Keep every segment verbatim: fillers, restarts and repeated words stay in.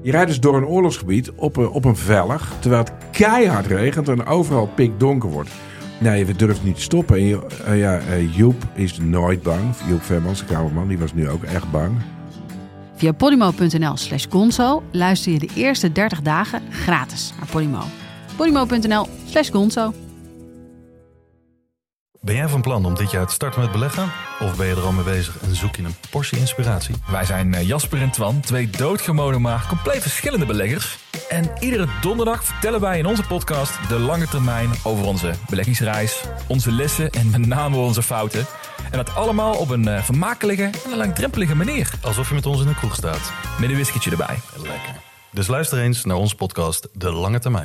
Je rijdt dus door een oorlogsgebied op een, op een vellig, terwijl het keihard regent en overal pikdonker wordt. Nee, we durven niet te stoppen. En, uh, ja, uh, Joep is nooit bang. Joep Vermans, de kamerman, die was nu ook echt bang. Via podimo.nl slash gonzo luister je de eerste dertig dagen gratis naar Podimo. podimo.nl slash gonzo. Ben jij van plan om dit jaar te starten met beleggen? Of ben je er al mee bezig en zoek je een portie inspiratie? Wij zijn Jasper en Twan, twee doodgewone maar compleet verschillende beleggers. En iedere donderdag vertellen wij in onze podcast de lange termijn over onze beleggingsreis, onze lessen en met name onze fouten. En dat allemaal op een uh, vermakelijke en een langdrempelige manier. Alsof je met ons in de kroeg staat. Met een whiskietje erbij. Lekker. Dus luister eens naar onze podcast De Lange Termijn.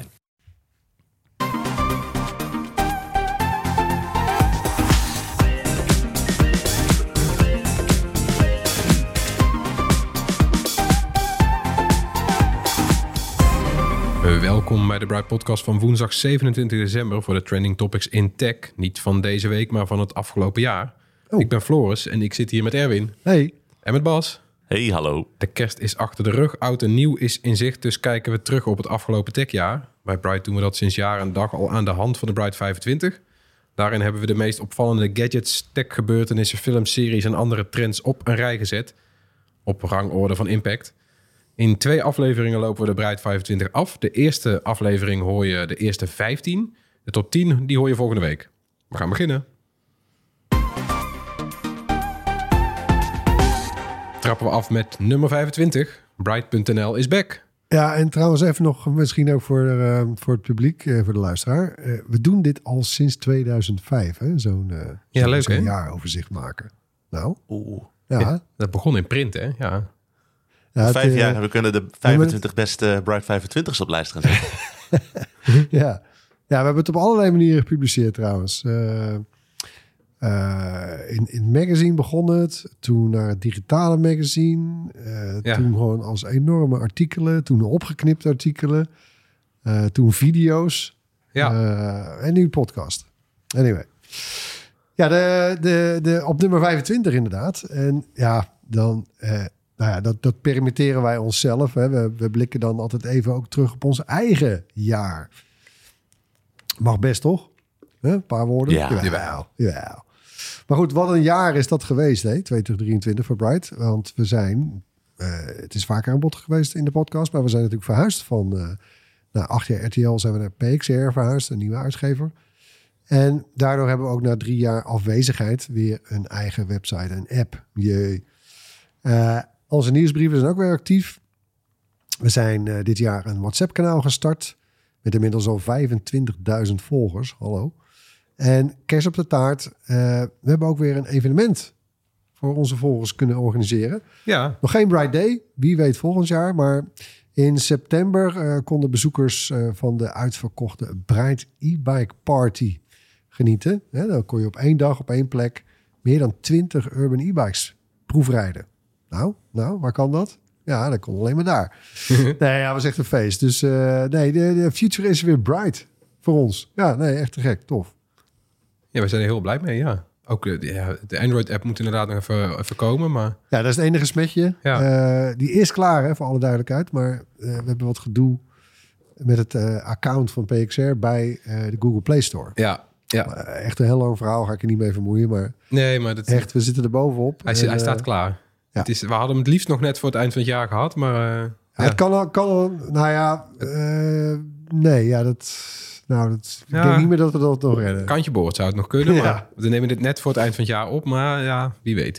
Welkom bij de Bright Podcast van woensdag zevenentwintig december voor de Trending Topics in Tech. Niet van deze week, maar van het afgelopen jaar. Oh. Ik ben Floris en ik zit hier met Erwin. Hey. En met Bas. Hey, hallo. De kerst is achter de rug, oud en nieuw is in zicht, dus kijken we terug op het afgelopen techjaar. Bij Bright doen we dat sinds jaar en dag al aan de hand van de Bright vijfentwintig. Daarin hebben we de meest opvallende gadgets, techgebeurtenissen, films, series en andere trends op een rij gezet. Op rangorde van impact. In twee afleveringen lopen we de Bright vijfentwintig af. De eerste aflevering hoor je de eerste vijftien. De top tien die hoor je volgende week. We gaan beginnen. Trappen we af met nummer vijfentwintig. Bright punt n l is back. Ja, en trouwens even nog misschien ook voor, uh, voor het publiek, uh, voor de luisteraar. Uh, we doen dit al sinds tweeduizend vijf, hè? Zo'n, uh, ja, zo'n, leuk, zo'n hè? jaaroverzicht maken. Nou, Oeh. Ja. ja. Dat begon in print, hè? Ja. Ja, Vijf het, uh, jaar, we kunnen de vijfentwintig beste Bright vijfentwintig's op lijst gaan zetten. ja. ja, we hebben het op allerlei manieren gepubliceerd trouwens. Uh, uh, in, in het magazine begon het. Toen naar het digitale magazine. Uh, Ja. Toen gewoon als enorme artikelen. Toen opgeknipte artikelen. Uh, toen video's. Ja. Uh, en nu podcast. Anyway. Ja, de, de, de, op nummer vijfentwintig inderdaad. En ja, dan... Uh, Nou ja, dat, dat permitteren wij onszelf. Hè. We, we blikken dan altijd even ook terug op ons eigen jaar. Mag best, toch? Hè? Een paar woorden? Ja. Jawel, jawel. Maar goed, wat een jaar is dat geweest, hè? tweeduizend drieëntwintig voor Bright. Want we zijn... Uh, het is vaker aan bod geweest in de podcast... maar we zijn natuurlijk verhuisd van... Uh, na acht jaar R T L zijn we naar P X R verhuisd, een nieuwe uitgever. En daardoor hebben we ook na drie jaar afwezigheid... weer een eigen website en app. Jee. Uh, Onze nieuwsbrieven zijn ook weer actief. We zijn uh, dit jaar een WhatsApp-kanaal gestart... met inmiddels al vijfentwintigduizend volgers. Hallo. En kerst op de taart. Uh, we hebben ook weer een evenement... voor onze volgers kunnen organiseren. Ja. Nog geen Bright Day. Wie weet volgend jaar. Maar in september uh, konden bezoekers... Uh, van de uitverkochte Bright e-bike party genieten. Hè, dan kon je op één dag, op één plek... meer dan twintig urban e-bikes proefrijden. Nou, nou, waar kan dat? Ja, dat kon alleen maar daar. nee, ja, was echt een feest. Dus uh, nee, de, de future is weer bright voor ons. Ja, nee, echt te gek. Tof. Ja, we zijn er heel blij mee, ja. Ook uh, ja, de Android-app moet inderdaad nog even, even komen, maar... Ja, dat is het enige smetje. Ja. Uh, die is klaar, hè, voor alle duidelijkheid. Maar uh, we hebben wat gedoe met het uh, account van P X R bij uh, de Google Play Store. Ja, ja. Uh, echt een heel lang verhaal, ga ik er niet mee vermoeien. Maar Nee, maar dat... echt, we zitten er bovenop. Hij, en, hij staat uh, klaar. Ja. Het is, we hadden hem het liefst nog net voor het eind van het jaar gehad, maar... Uh, ja, ja. Het kan al, kan al, nou ja, uh, nee, ja, dat, nou, dat, Ja. ik denk niet meer dat we dat nog redden. Kantje boord zou het nog kunnen, Ja. maar we nemen dit net voor het eind van het jaar op, maar ja, wie weet.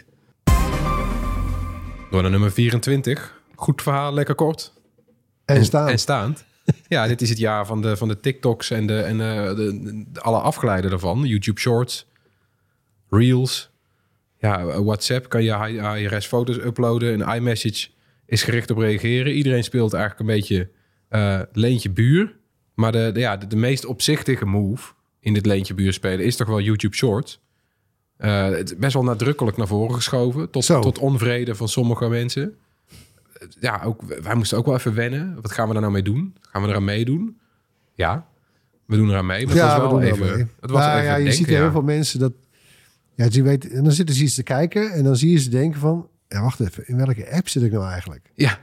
Door naar nummer vierentwintig. Goed verhaal, lekker kort. En staan. En staand. Ja, dit is het jaar van de, van de TikToks en, de, en uh, de, de, alle afgeleiden daarvan. YouTube Shorts, Reels. Ja, WhatsApp kan je I R S-foto's uploaden. En iMessage is gericht op reageren. Iedereen speelt eigenlijk een beetje uh, leentje buur. Maar de, de, ja, de, de meest opzichtige move in dit leentje buur spelen is toch wel YouTube Shorts. Uh, het is best wel nadrukkelijk naar voren geschoven. Tot, tot onvrede van sommige mensen. Ja, ook, wij moesten ook wel even wennen. Wat gaan we daar nou mee doen? Gaan we eraan meedoen? Ja, we doen eraan mee. Maar ja, het was wel we doen even, mee. Het was maar, even ja, je denken, ziet er ja. heel veel mensen dat... Ja, je weet, en dan zitten ze iets te kijken en dan zie je ze denken van... Ja, wacht even, in welke app zit ik nou eigenlijk? Ja.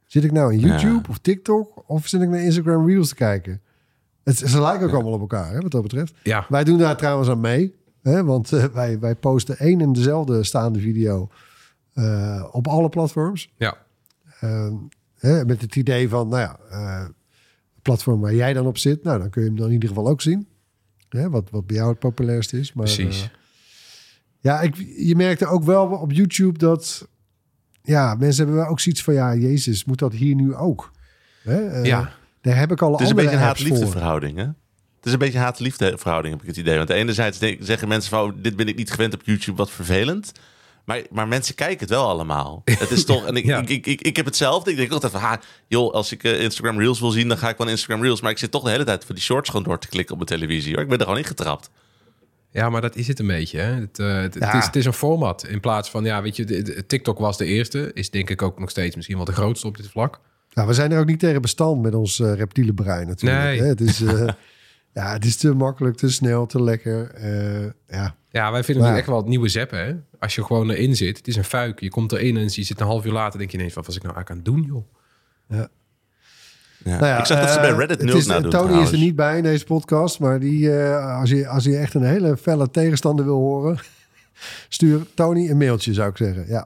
Zit ik nou in YouTube Ja. of TikTok of zit ik naar Instagram Reels te kijken? Het, ze lijken ook allemaal op elkaar, hè, wat dat betreft. Ja, Wij doen daar trouwens aan mee. Hè, want uh, wij, wij posten één en dezelfde staande video uh, op alle platforms. ja. Uh, hè, met het idee van, nou ja, uh, het platform waar jij dan op zit, nou, dan kun je hem dan in ieder geval ook zien. Hè, wat, wat bij jou het populairste is. Maar, Precies. Uh, ja, ik, je merkte ook wel op YouTube dat... Ja, mensen hebben wel ook zoiets van... Ja, Jezus, moet dat hier nu ook? Hè? Uh, Ja. Daar heb ik al Het is een andere beetje een apps haat-liefde voor. verhouding, hè? Het is een beetje een haat-liefde verhouding, heb ik het idee. Want enerzijds denk, zeggen mensen van... Oh, dit ben ik niet gewend op YouTube, wat vervelend. Maar, maar mensen kijken het wel allemaal. Het is toch... En ik, Ja. ik, ik, ik, ik heb hetzelfde. Ik denk altijd van... Ha, joh, als ik uh, Instagram Reels wil zien... dan ga ik wel Instagram Reels. Maar ik zit toch de hele tijd voor die shorts gewoon door te klikken op mijn televisie. Hoor. Ik ben er gewoon ingetrapt. Ja, maar dat is het een beetje. Hè? Het, uh, het, Ja. het, is, het is een format. In plaats van, ja, weet je, de, de, TikTok was de eerste. Is denk ik ook nog steeds misschien wel de grootste op dit vlak. Nou, we zijn er ook niet tegen bestand met ons uh, reptiele brein natuurlijk. Nee. Hè? Het, is, uh, ja, het is te makkelijk, te snel, te lekker. Uh, ja. Ja, wij vinden Maar- het echt wel het nieuwe zappen. Hè? Als je gewoon erin zit, het is een fuik. Je komt erin en je zit een half uur later, denk je ineens, wat was ik nou eigenlijk aan het doen, joh? Ja. Nou ja, ik zag dat ze uh, bij Reddit nu het ook is, nadoen. Tony trouwens. is er niet bij in deze podcast. Maar die, uh, als, je, als je echt een hele felle tegenstander wil horen... stuur Tony een mailtje, zou ik zeggen. Ja.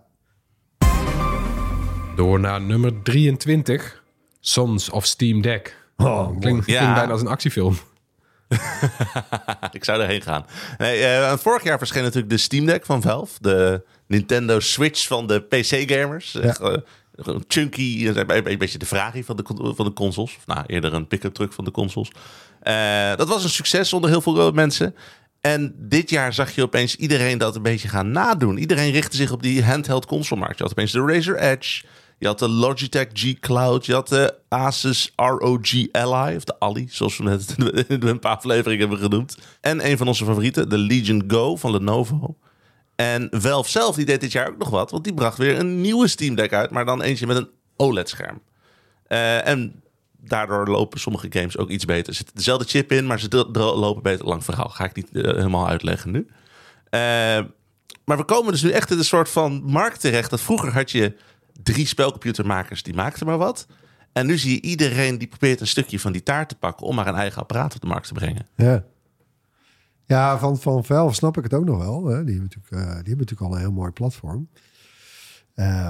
Door naar nummer drieëntwintig. Sons of Steam Deck. Oh, Klinkt, Ja. klinkt bijna als een actiefilm. Ik zou erheen gaan. Nee, uh, vorig jaar verscheen natuurlijk de Steam Deck van Valve. De Nintendo Switch van de P C-gamers. Ja. Echt, uh, een chunky, een, een beetje de Ferrari van de, van de consoles. Of nou, eerder een pick-up truck van de consoles. Uh, dat was een succes onder heel veel mensen. En dit jaar zag je opeens iedereen dat een beetje gaan nadoen. Iedereen richtte zich op die handheld consolemarkt. Je had opeens de Razer Edge. Je had de Logitech G Cloud. Je had de Asus R O G Ally. Of de Ally, zoals we het in een paar afleveringen hebben genoemd. En een van onze favorieten, de Legion Go van Lenovo. En Valve zelf, die deed dit jaar ook nog wat. Want die bracht weer een nieuwe Steam Deck uit. Maar dan eentje met een O L E D-scherm. Uh, en daardoor lopen sommige games ook iets beter. Er zit dezelfde chip in, maar ze dro- dro- lopen beter. Lang verhaal, ga ik niet uh, helemaal uitleggen nu. Uh, maar we komen dus nu echt in een soort van markt terecht. Dat vroeger had je drie spelcomputermakers, die maakten maar wat. En nu zie je iedereen die probeert een stukje van die taart te pakken... om maar een eigen apparaat op de markt te brengen. Ja, ja van, van Valve snap ik het ook nog wel. Hè. Die, hebben natuurlijk, uh, die hebben natuurlijk al een heel mooi platform. Uh,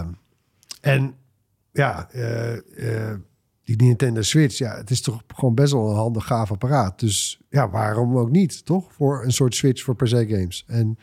en ja, uh, uh, die Nintendo Switch, ja, het is toch gewoon best wel een handig gaaf apparaat. Dus ja, waarom ook niet, toch? Voor een soort Switch voor per se games. En,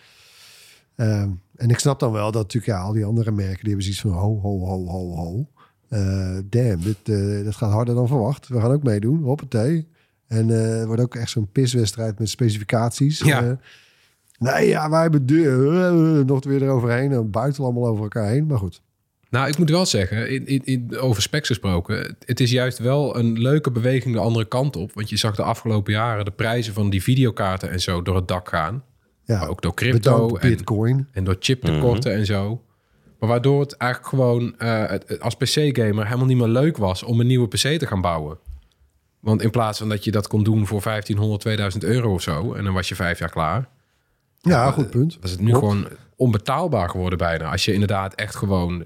uh, en ik snap dan wel dat natuurlijk ja, al die andere merken... die hebben zoiets van ho, ho, ho, ho, ho. Uh, damn, dit, uh, dit gaat harder dan verwacht. We gaan ook meedoen, hoppatee. En uh, het wordt ook echt zo'n piswedstrijd met specificaties. Ja. Uh, nee, ja, wij hebben deur, uh, nog weer eroverheen. En buiten allemaal over elkaar heen, maar goed. Nou, ik moet wel zeggen, in, in, in, over specs gesproken... het is juist wel een leuke beweging de andere kant op. Want je zag de afgelopen jaren de prijzen van die videokaarten en zo door het dak gaan. Ja, Maar ook door crypto en, Bitcoin. en door chiptekorten mm-hmm. en zo. Maar waardoor het eigenlijk gewoon uh, het, als P C-gamer helemaal niet meer leuk was... om een nieuwe P C te gaan bouwen. Want in plaats van dat je dat kon doen voor vijftienhonderd, tweeduizend euro of zo... en dan was je vijf jaar klaar... Ja, ja, goed punt. was het nu Klopt. gewoon onbetaalbaar geworden bijna. Als je inderdaad echt gewoon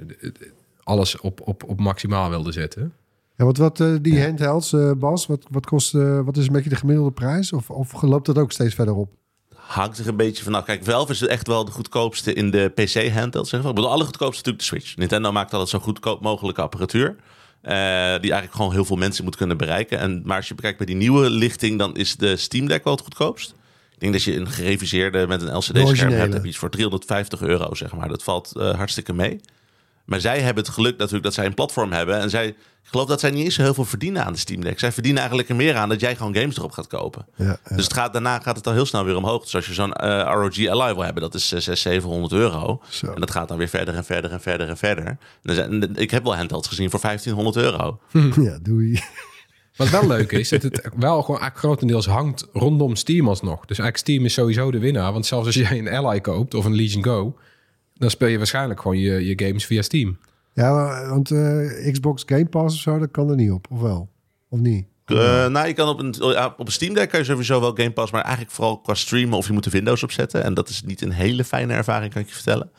alles op, op, op maximaal wilde zetten. Ja, wat, wat uh, die handhelds, uh, Bas, wat, wat, kost, uh, wat is een beetje de gemiddelde prijs? Of, of loopt dat ook steeds verder op? Hangt er een beetje vanaf. Kijk, Valve is echt wel de goedkoopste in de P C-handheld. Zeg maar. Ik bedoel, alle goedkoopste natuurlijk de Switch. Nintendo maakt altijd zo goedkoop mogelijke apparatuur. Uh, die eigenlijk gewoon heel veel mensen moet kunnen bereiken. En, maar als je bekijkt bij die nieuwe lichting, dan is de Steam Deck wel het goedkoopst. Ik denk dat je een gereviseerde met een L C D-scherm hebt, heb je iets voor driehonderdvijftig euro, zeg maar. Dat valt uh, hartstikke mee. Maar zij hebben het geluk natuurlijk dat zij een platform hebben. En zij, ik geloof dat zij niet eens zo heel veel verdienen aan de Steam Deck. Zij verdienen eigenlijk er meer aan dat jij gewoon games erop gaat kopen. Ja, ja. Dus het gaat, daarna gaat het al heel snel weer omhoog. Dus als je zo'n uh, R O G Ally wil hebben, dat is zeshonderd, zevenhonderd euro. Zo. En dat gaat dan weer verder en verder en verder en verder. En dan zijn, ik heb wel handhelds gezien voor vijftienhonderd euro. Ja, doei. Wat wel leuk is, dat het wel gewoon eigenlijk grotendeels hangt rondom Steam alsnog. Dus eigenlijk Steam is sowieso de winnaar. Want zelfs als jij een Ally koopt of een Legion Go... dan speel je waarschijnlijk gewoon je, je games via Steam. Ja, maar, want uh, Xbox Game Pass of zo, dat kan er niet op. Of wel? Of niet? Uh, nou, je kan op een, op een Steam Deck kan je sowieso wel Game Pass... maar eigenlijk vooral qua streamen of je moet de Windows opzetten. En dat is niet een hele fijne ervaring, kan ik je vertellen.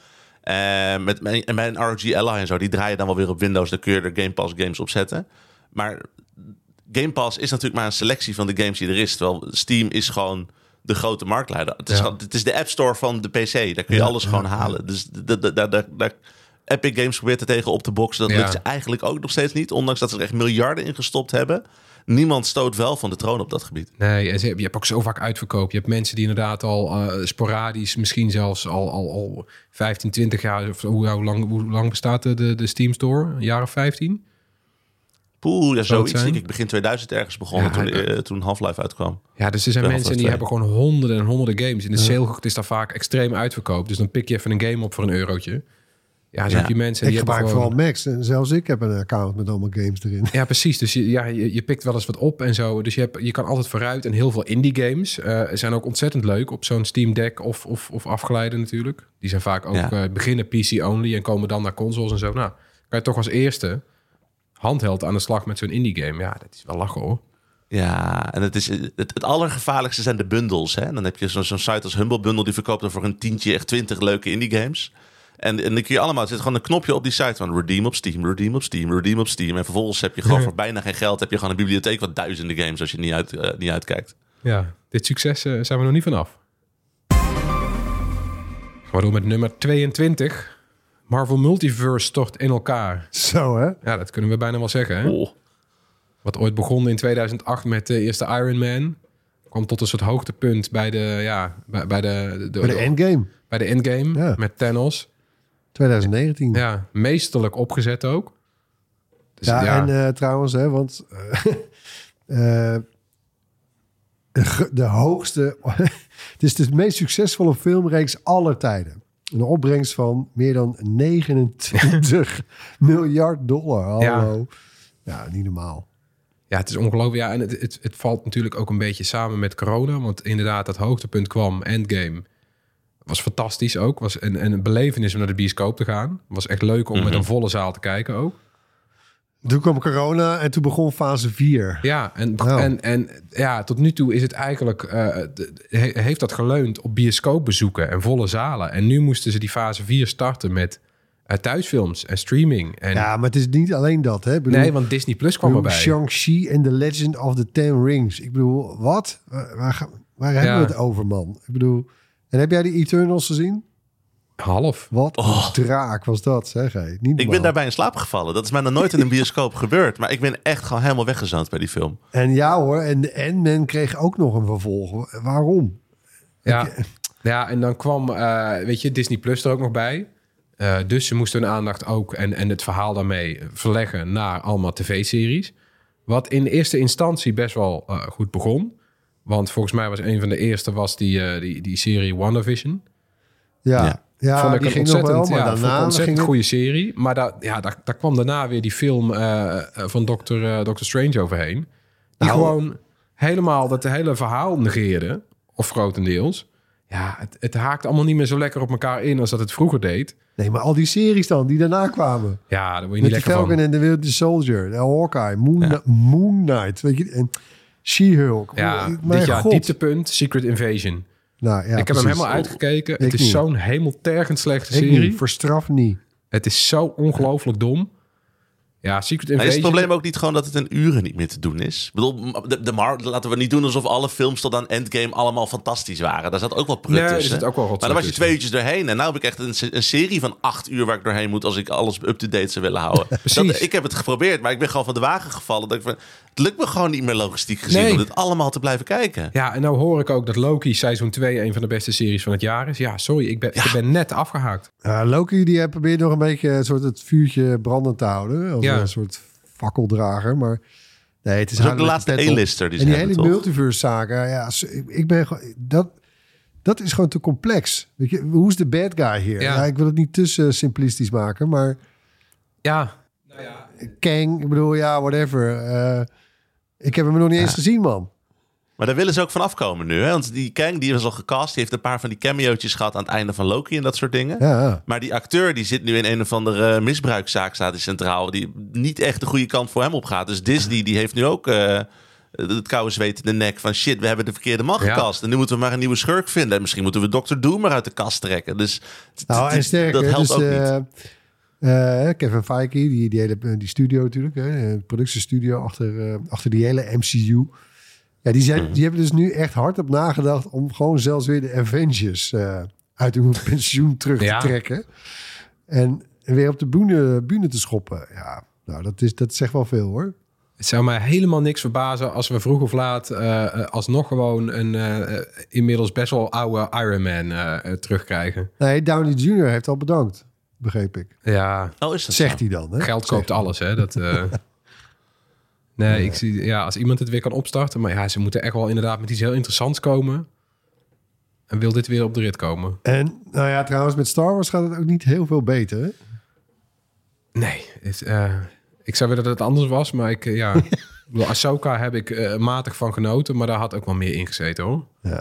Uh, met, en bij een R O G Ally en zo, die draaien dan wel weer op Windows. Dan kun je er Game Pass games op zetten. Maar Game Pass is natuurlijk maar een selectie van de games die er is. Terwijl Steam is gewoon de grote marktleider. Het is, Ja. gewoon, het is de App Store van de P C. Daar kun je Ja, alles ja, gewoon ja. halen. Dus de, de, de, de, de, Epic Games probeert er tegen op te boksen. Dat Ja. lukt ze eigenlijk ook nog steeds niet. Ondanks dat ze er echt miljarden in gestopt hebben. Niemand stoot wel van de troon op dat gebied. Nee, en ze, je hebt ook zo vaak uitverkoop. Je hebt mensen die inderdaad al uh, sporadisch, misschien zelfs al, al, al vijftien, twintig jaar... of hoe, hoe, lang, hoe lang bestaat de, de, de Steam Store? Een jaar of vijftien? Poeh, ja, Zou het zoiets. zijn? Denk ik begin tweeduizend ergens begonnen Ja, toen, ja. uh, toen Half-Life uitkwam. Ja, dus er zijn Bij mensen en die hebben Half-Life gewoon honderden en honderden games. In de salegoed is daar vaak extreem uitverkoop. Dus dan pik je even een game op voor een eurotje. Ja, zo Ja. heb je mensen Ik die hebben gebruik gewoon... vooral Max. En zelfs ik heb een account met allemaal games erin. Ja, precies. Dus je, ja, je, je pikt wel eens wat op en zo. Dus je, hebt, je kan altijd vooruit. En heel veel indie games uh, zijn ook ontzettend leuk op zo'n Steam Deck of, of, of afgeleide natuurlijk. Die zijn vaak ook Ja. uh, beginnen P C-only en komen dan naar consoles en zo. Nou, kan je toch als eerste handheld aan de slag met zo'n indie game. Ja, dat is wel lachen hoor. Ja, en het, is, het, het allergevaarlijkste zijn de bundles. Hè? Dan heb je zo, zo'n site als Humble Bundle. Die verkoopt dan voor een tientje echt twintig leuke indie games. En, en dan kun je allemaal... Er zit gewoon een knopje op die site van redeem op Steam, redeem op Steam, redeem op Steam. En vervolgens heb je gewoon voor bijna geen geld... heb je gewoon een bibliotheek van duizenden games als je niet, uit, uh, niet uitkijkt. Ja, dit succes uh, zijn we nog niet vanaf. Gaan we door met nummer tweeëntwintig. Marvel Multiverse stort in elkaar. Zo, hè? Ja, dat kunnen we bijna wel zeggen, hè? Oh. Wat ooit begon in tweeduizend acht met de eerste Iron Man. Kwam tot een soort hoogtepunt bij de, ja, bij, bij de, de, Bij de Endgame. bij de endgame Ja. met Thanos. twintig negentien. Ja, Ja, meesterlijk opgezet ook. Dus, ja, en uh, trouwens, hè, want... Uh, uh, de, de hoogste... Het is de meest succesvolle filmreeks aller tijden. Een opbrengst van meer dan negenentwintig miljard dollar. Hallo. Ja. ja, niet normaal. ja, het is ongelooflijk. Ja, en het, het, het valt natuurlijk ook een beetje samen met corona. Want inderdaad, dat hoogtepunt kwam, Endgame. Was fantastisch ook. Was een, een belevenis om naar de bioscoop te gaan. Was echt leuk om Mm-hmm. met een volle zaal te kijken ook. Toen kwam corona en toen begon fase vier. Ja, en, Nou. en, en ja, tot nu toe is het eigenlijk... Uh, de, he, heeft dat geleund op bioscoopbezoeken en volle zalen. En nu moesten ze die fase vier starten met uh, thuisfilms en streaming. En, Ja, maar het is niet alleen dat, hè? Ik bedoel, nee, want Disney Plus kwam ik bedoel, erbij. Shang-Chi en The Legend of the Ten Rings. Ik bedoel, wat? Waar, waar, gaan- waar hebben Ja. we het over, man? Ik bedoel... En heb jij die Eternals gezien? Half. Wat Oh. een draak was dat, zeg hé. Niet Ik ben normaal. daarbij in slaap gevallen. Dat is mij nog nooit in een bioscoop gebeurd. Maar ik ben echt gewoon helemaal weggezoond bij die film. En ja hoor, en Ant-Man kreeg ook nog een vervolg. Waarom? Ja, ja, en dan kwam, uh, weet je, Disney Plus er ook nog bij. Uh, dus ze moesten hun aandacht ook en, en het verhaal daarmee verleggen naar allemaal tv-series. Wat in eerste instantie best wel uh, goed begon. Want volgens mij was een van de eerste was die, uh, die, die serie WandaVision. Ja, Ja. ja, vond ik die een ging nog ontzettend, wel, maar ja, vond ik daarna een ontzettend ging het... goede serie. Maar daar, ja, daar, daar kwam daarna weer die film uh, van Doctor, uh, Doctor Strange overheen. Die Nou, gewoon helemaal dat hele verhaal negeerde. Of grotendeels. Ja, het, het haakt allemaal niet meer zo lekker op elkaar in als dat het vroeger deed. Nee, maar al die series dan, die daarna kwamen. Ja, daar word je Met niet de lekker Falcon van. en de Winter Soldier, de Hawkeye, Moon, Moon Knight, weet je, en She-Hulk. Ja, Mijn dit jaar God. dieptepunt, Secret Invasion. Nou, ja, ik heb precies. hem helemaal uitgekeken. Ik het is niet. zo'n hemeltergend slechte Ik serie. niet, voor straf niet. Het is zo ongelooflijk dom. Ja, Secret Maar is Invasion... het probleem ook niet gewoon dat het in uren niet meer te doen is? Ik bedoel, de, de Mar- laten we niet doen alsof alle films tot aan Endgame allemaal fantastisch waren. Daar zat ook wel prut Nee, er tussen. zit ook wel rotzooi maar dan was je tussen. twee uurtjes doorheen. En nu heb ik echt een, se- een serie van acht uur waar ik doorheen moet als ik alles up-to-date zou willen houden. Precies. Dat, ik heb het geprobeerd, maar ik ben gewoon van de wagen gevallen. Dat ik van, het lukt me gewoon niet meer logistiek gezien Nee. om dit allemaal te blijven kijken. Ja, en nou hoor ik ook dat Loki seizoen twee een van de beste series van het jaar is. Ja, sorry, ik ben, ik ben net afgehaakt. Ja, Loki die heeft probeert nog een beetje een soort het vuurtje brandend te houden. Als Ja. een soort fakkeldrager. Maar nee, het is Dat is ook de hard laatste met de pet op. A-lister die En ze die hebben, hele toch? multiverse zaken, ja, s- ik, ik ben gewoon dat dat is gewoon te complex. Weet je, hoe is de bad guy hier? Ja. Ja. ik wil het niet te uh, simplistisch maken, maar Ja, Kang, ik bedoel, ja, whatever. Uh, ik heb hem nog niet eens gezien, man. Maar daar willen ze ook van afkomen nu. Hè? Want die Kang die was al gecast. Die heeft een paar van die cameo'tjes gehad aan het einde van Loki en dat soort dingen. Ja, ja. Maar die acteur die zit nu in een of andere misbruikzaak, staat hij centraal. Die niet echt de goede kant voor hem op gaat. Dus Disney die heeft nu ook uh, het koude zweet in de nek van shit, we hebben de verkeerde man Ja. gekast. En nu moeten we maar een nieuwe schurk vinden. En misschien moeten we dokter Doom maar uit de kast trekken. Dus t- Nou, t- en sterker, dat helpt dus, ook uh, niet. Uh, Kevin Feige, die, die hele die studio natuurlijk, hè, productiestudio achter, uh, achter die hele M C U. Ja, die, zijn, Mhm. die hebben dus nu echt hard op nagedacht om gewoon zelfs weer de Avengers uh, uit hun pensioen terug Ja. te trekken. En weer op de bühne, bühne te schoppen. Ja, nou, dat, is, dat zegt wel veel hoor. Het zou mij helemaal niks verbazen als we vroeg of laat uh, alsnog gewoon een uh, inmiddels best wel oude Iron Man uh, uh, terugkrijgen. Nee, Downey junior heeft al bedankt, begreep ik. Ja, Oh, is dat Zegt zo? hij dan. Hè? geld koopt Zegt alles, hè? Dat, uh... nee, ik zie, ja, als iemand het weer kan opstarten, maar ja, ze moeten echt wel inderdaad met iets heel interessants komen. En wil dit weer op de rit komen? En nou ja, trouwens, met Star Wars gaat het ook niet heel veel beter. Hè? Nee, het, uh, ik zou willen dat het anders was, maar ik, uh, ja, ik bedoel, Ahsoka heb ik uh, matig van genoten, maar daar had ook wel meer in gezeten, hoor. Ja.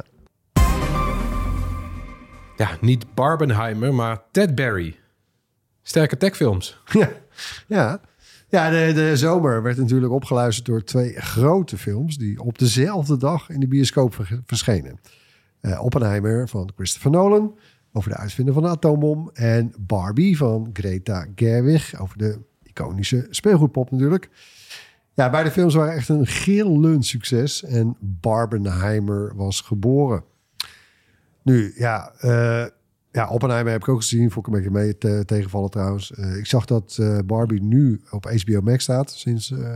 Ja, niet Barbenheimer, maar Ted Berry. Sterke techfilms. Ja, ja. ja de, de zomer werd natuurlijk opgeluisterd door twee grote films die op dezelfde dag in de bioscoop ver- verschenen. Uh, Oppenheimer van Christopher Nolan over de uitvinder van de atoombom en Barbie van Greta Gerwig over de iconische speelgoedpop natuurlijk. Ja, beide films waren echt een gillend succes en Barbenheimer was geboren. Nu, ja, uh, ja, Oppenheimer heb ik ook gezien. Vond ik een beetje mee te, tegenvallen trouwens. Uh, ik zag dat uh, Barbie nu op H B O Max staat. Sinds, uh,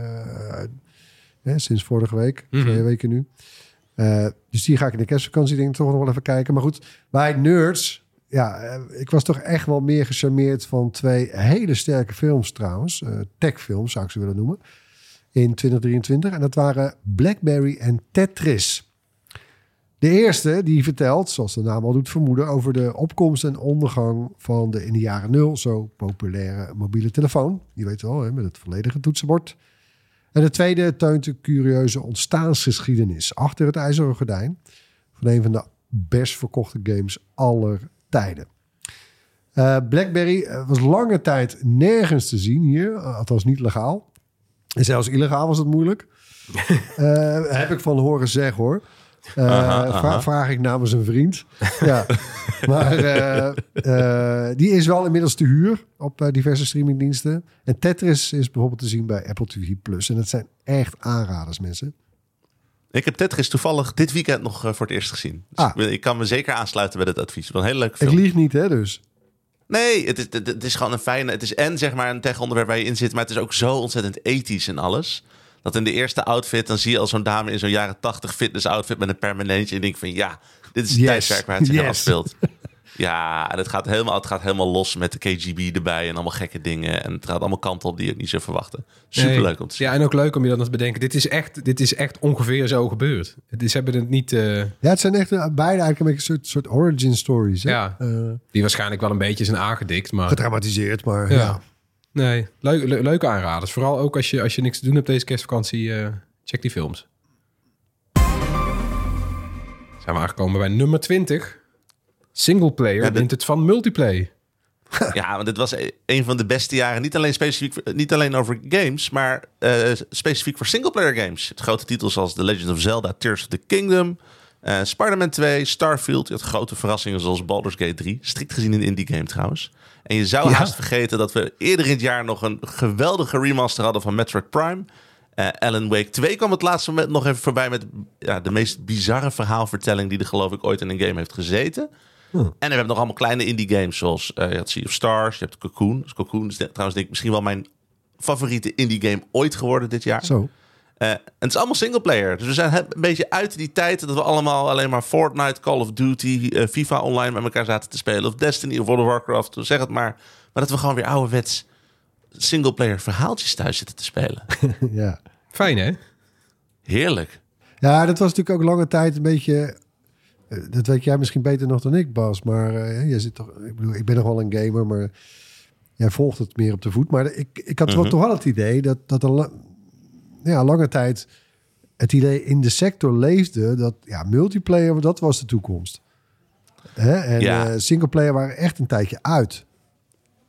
ja, sinds vorige week. Mm-hmm. Twee weken nu. Uh, dus die ga ik in de kerstvakantie denk ik toch nog wel even kijken. Maar goed, wij nerds... Ja, uh, ik was toch echt wel meer gecharmeerd van twee hele sterke films trouwens. Uh, techfilms zou ik ze willen noemen. In twintig drieëntwintig. En dat waren Blackberry en Tetris. De eerste die vertelt, zoals de naam al doet vermoeden, over de opkomst en ondergang van de in de jaren nul zo populaire mobiele telefoon. Je weet wel, hè, met het volledige toetsenbord. En de tweede teunt de curieuze ontstaansgeschiedenis achter het ijzeren gordijn van een van de best verkochte games aller tijden. Uh, Blackberry was lange tijd nergens te zien hier, althans niet legaal. En zelfs illegaal was het moeilijk. uh, heb ik van horen zeggen hoor. Uh, aha, aha. Vra- vraag ik namens een vriend. Ja. Maar uh, uh, die is wel inmiddels te huur op uh, diverse streamingdiensten. En Tetris is bijvoorbeeld te zien bij Apple T V Plus. En dat zijn echt aanraders, mensen. Ik heb Tetris toevallig dit weekend nog uh, voor het eerst gezien. Dus Ah. ik, ik kan me zeker aansluiten bij dit advies. Wel een hele leuke Ik film. lieg niet, hè, dus. Nee, het is, het, het is gewoon een fijne... Het is en zeg maar een tech-onderwerp waar je in zit... maar het is ook zo ontzettend ethisch en alles. Dat in de eerste outfit... dan zie je al zo'n dame in zo'n jaren tachtig fitness outfit... met een permanentje. En je denkt van ja, dit is het Yes. tijdperk waar het zich Yes. afspeelt. Ja, en het gaat, helemaal, het gaat helemaal los met de K G B erbij... en allemaal gekke dingen. En het gaat allemaal kanten op die je niet zou verwachten. Superleuk Nee. om te zien. Ja, en ook leuk om je dan eens te bedenken. Dit is echt, dit is echt ongeveer zo gebeurd. Het is, ze hebben het niet... Uh, Ja, het zijn echt uh, beide eigenlijk een beetje een soort, soort origin stories. Hè? Ja. Uh, die waarschijnlijk wel een beetje zijn aangedikt, maar... gedramatiseerd, maar Ja. ja. Nee, leuk, le- leuke aanraders. Vooral ook als je, als je niks te doen hebt deze kerstvakantie, uh, check die films. Zijn we aangekomen bij nummer twintig. Singleplayer Ja, dit- wint het van multiplayer. Ja, want dit was een van de beste jaren. Niet alleen, specifiek, niet alleen over games, maar uh, specifiek voor singleplayer games. Het grote titels als The Legend of Zelda, Tears of the Kingdom, uh, Spider-Man twee, Starfield. Je had grote verrassingen zoals Baldur's Gate drie. Strikt gezien een indie game trouwens. En je zou Ja. haast vergeten dat we eerder in het jaar nog een geweldige remaster hadden van Metroid Prime. Uh, Alan Wake twee kwam het laatste moment nog even voorbij met ja, de meest bizarre verhaalvertelling die er geloof ik ooit in een game heeft gezeten. Huh. En we hebben nog allemaal kleine indie games zoals uh, je had Sea of Stars, je hebt Cocoon. Dus Cocoon is de- trouwens denk ik misschien wel mijn favoriete indie game ooit geworden dit jaar. Zo. Uh, en het is allemaal singleplayer. Dus we zijn he- een beetje uit die tijd dat we allemaal alleen maar Fortnite, Call of Duty, uh, FIFA online met elkaar zaten te spelen. Of Destiny of World of Warcraft, zeg het maar. Maar dat we gewoon weer ouderwets singleplayer verhaaltjes thuis zitten te spelen. Ja. Fijn, hè? Heerlijk. Ja, dat was natuurlijk ook lange tijd een beetje... uh, Dat weet jij misschien beter nog dan ik, Bas. Maar uh, jij zit toch... Ik bedoel, ik ben nog wel een gamer, maar jij volgt het meer op de voet. Maar ik, ik had wel Mhm. toch wel het idee dat, dat er la- ja, lange tijd het idee in de sector leefde dat ja, multiplayer, dat was de toekomst. Hè? En Ja. uh, singleplayer waren echt een tijdje uit.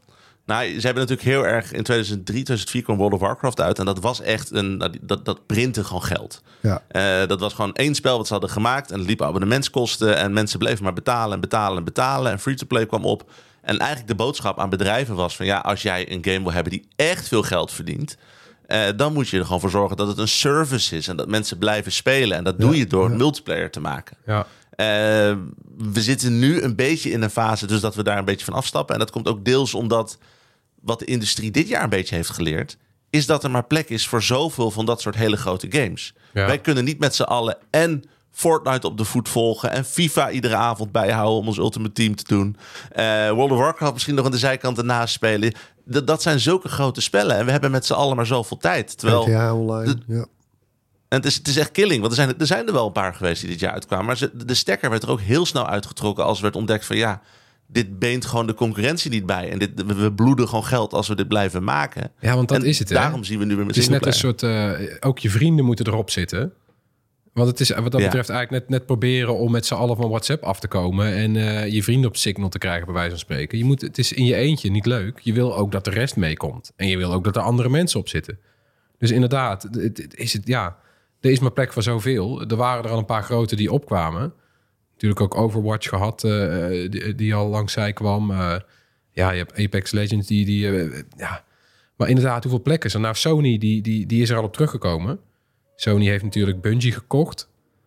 Nou, ze hebben natuurlijk heel erg... In tweeduizend drie, tweeduizend vier kwam World of Warcraft uit. En dat was echt een... Dat, dat printte gewoon geld. Ja. Uh, dat was gewoon één spel wat ze hadden gemaakt. En het liep abonnementskosten. En mensen bleven maar betalen en betalen en betalen. En free-to-play kwam op. En eigenlijk de boodschap aan bedrijven was van... ja, als jij een game wil hebben die echt veel geld verdient... Uh, dan moet je er gewoon voor zorgen dat het een service is. En dat mensen blijven spelen. En dat doe ja, je door ja. multiplayer te maken. Ja. Uh, we zitten nu een beetje in een fase... dus dat we daar een beetje van afstappen. En dat komt ook deels omdat... wat de industrie dit jaar een beetje heeft geleerd... is dat er maar plek is voor zoveel van dat soort hele grote games. Ja. Wij kunnen niet met z'n allen en Fortnite op de voet volgen... en FIFA iedere avond bijhouden om ons Ultimate Team te doen. Uh, World of Warcraft misschien nog aan de zijkant ernaast spelen. Dat, dat zijn zulke grote spellen. En we hebben met z'n allen maar zoveel tijd. Terwijl G T A online, de, ja. En het is, het is echt killing. Want er zijn, er zijn er wel een paar geweest die dit jaar uitkwamen. Maar ze, de stekker werd er ook heel snel uitgetrokken... als werd ontdekt van ja... dit beent gewoon de concurrentie niet bij. En dit, we, we bloeden gewoon geld als we dit blijven maken. Ja, want dat en is het. Hè? Daarom zien we nu weer met Het is net een singleplayer. soort... Uh, ook je vrienden moeten erop zitten. Want het is wat dat Ja. betreft eigenlijk net, net proberen... om met z'n allen van WhatsApp af te komen... en uh, je vrienden op Signal te krijgen, bij wijze van spreken. Je moet, het is in je eentje niet leuk. Je wil ook dat de rest meekomt. En je wil ook dat er andere mensen op zitten. Dus inderdaad, het, het is het, ja, er is maar plek voor zoveel. Er waren er al een paar grote die opkwamen... Natuurlijk ook Overwatch gehad, uh, die, die al langs zij kwam. Uh, ja, je hebt Apex Legends, die... die uh, ja. Maar inderdaad, hoeveel plekken is er? Nou, Sony, die, die, die is er al op teruggekomen. Sony heeft natuurlijk Bungie gekocht.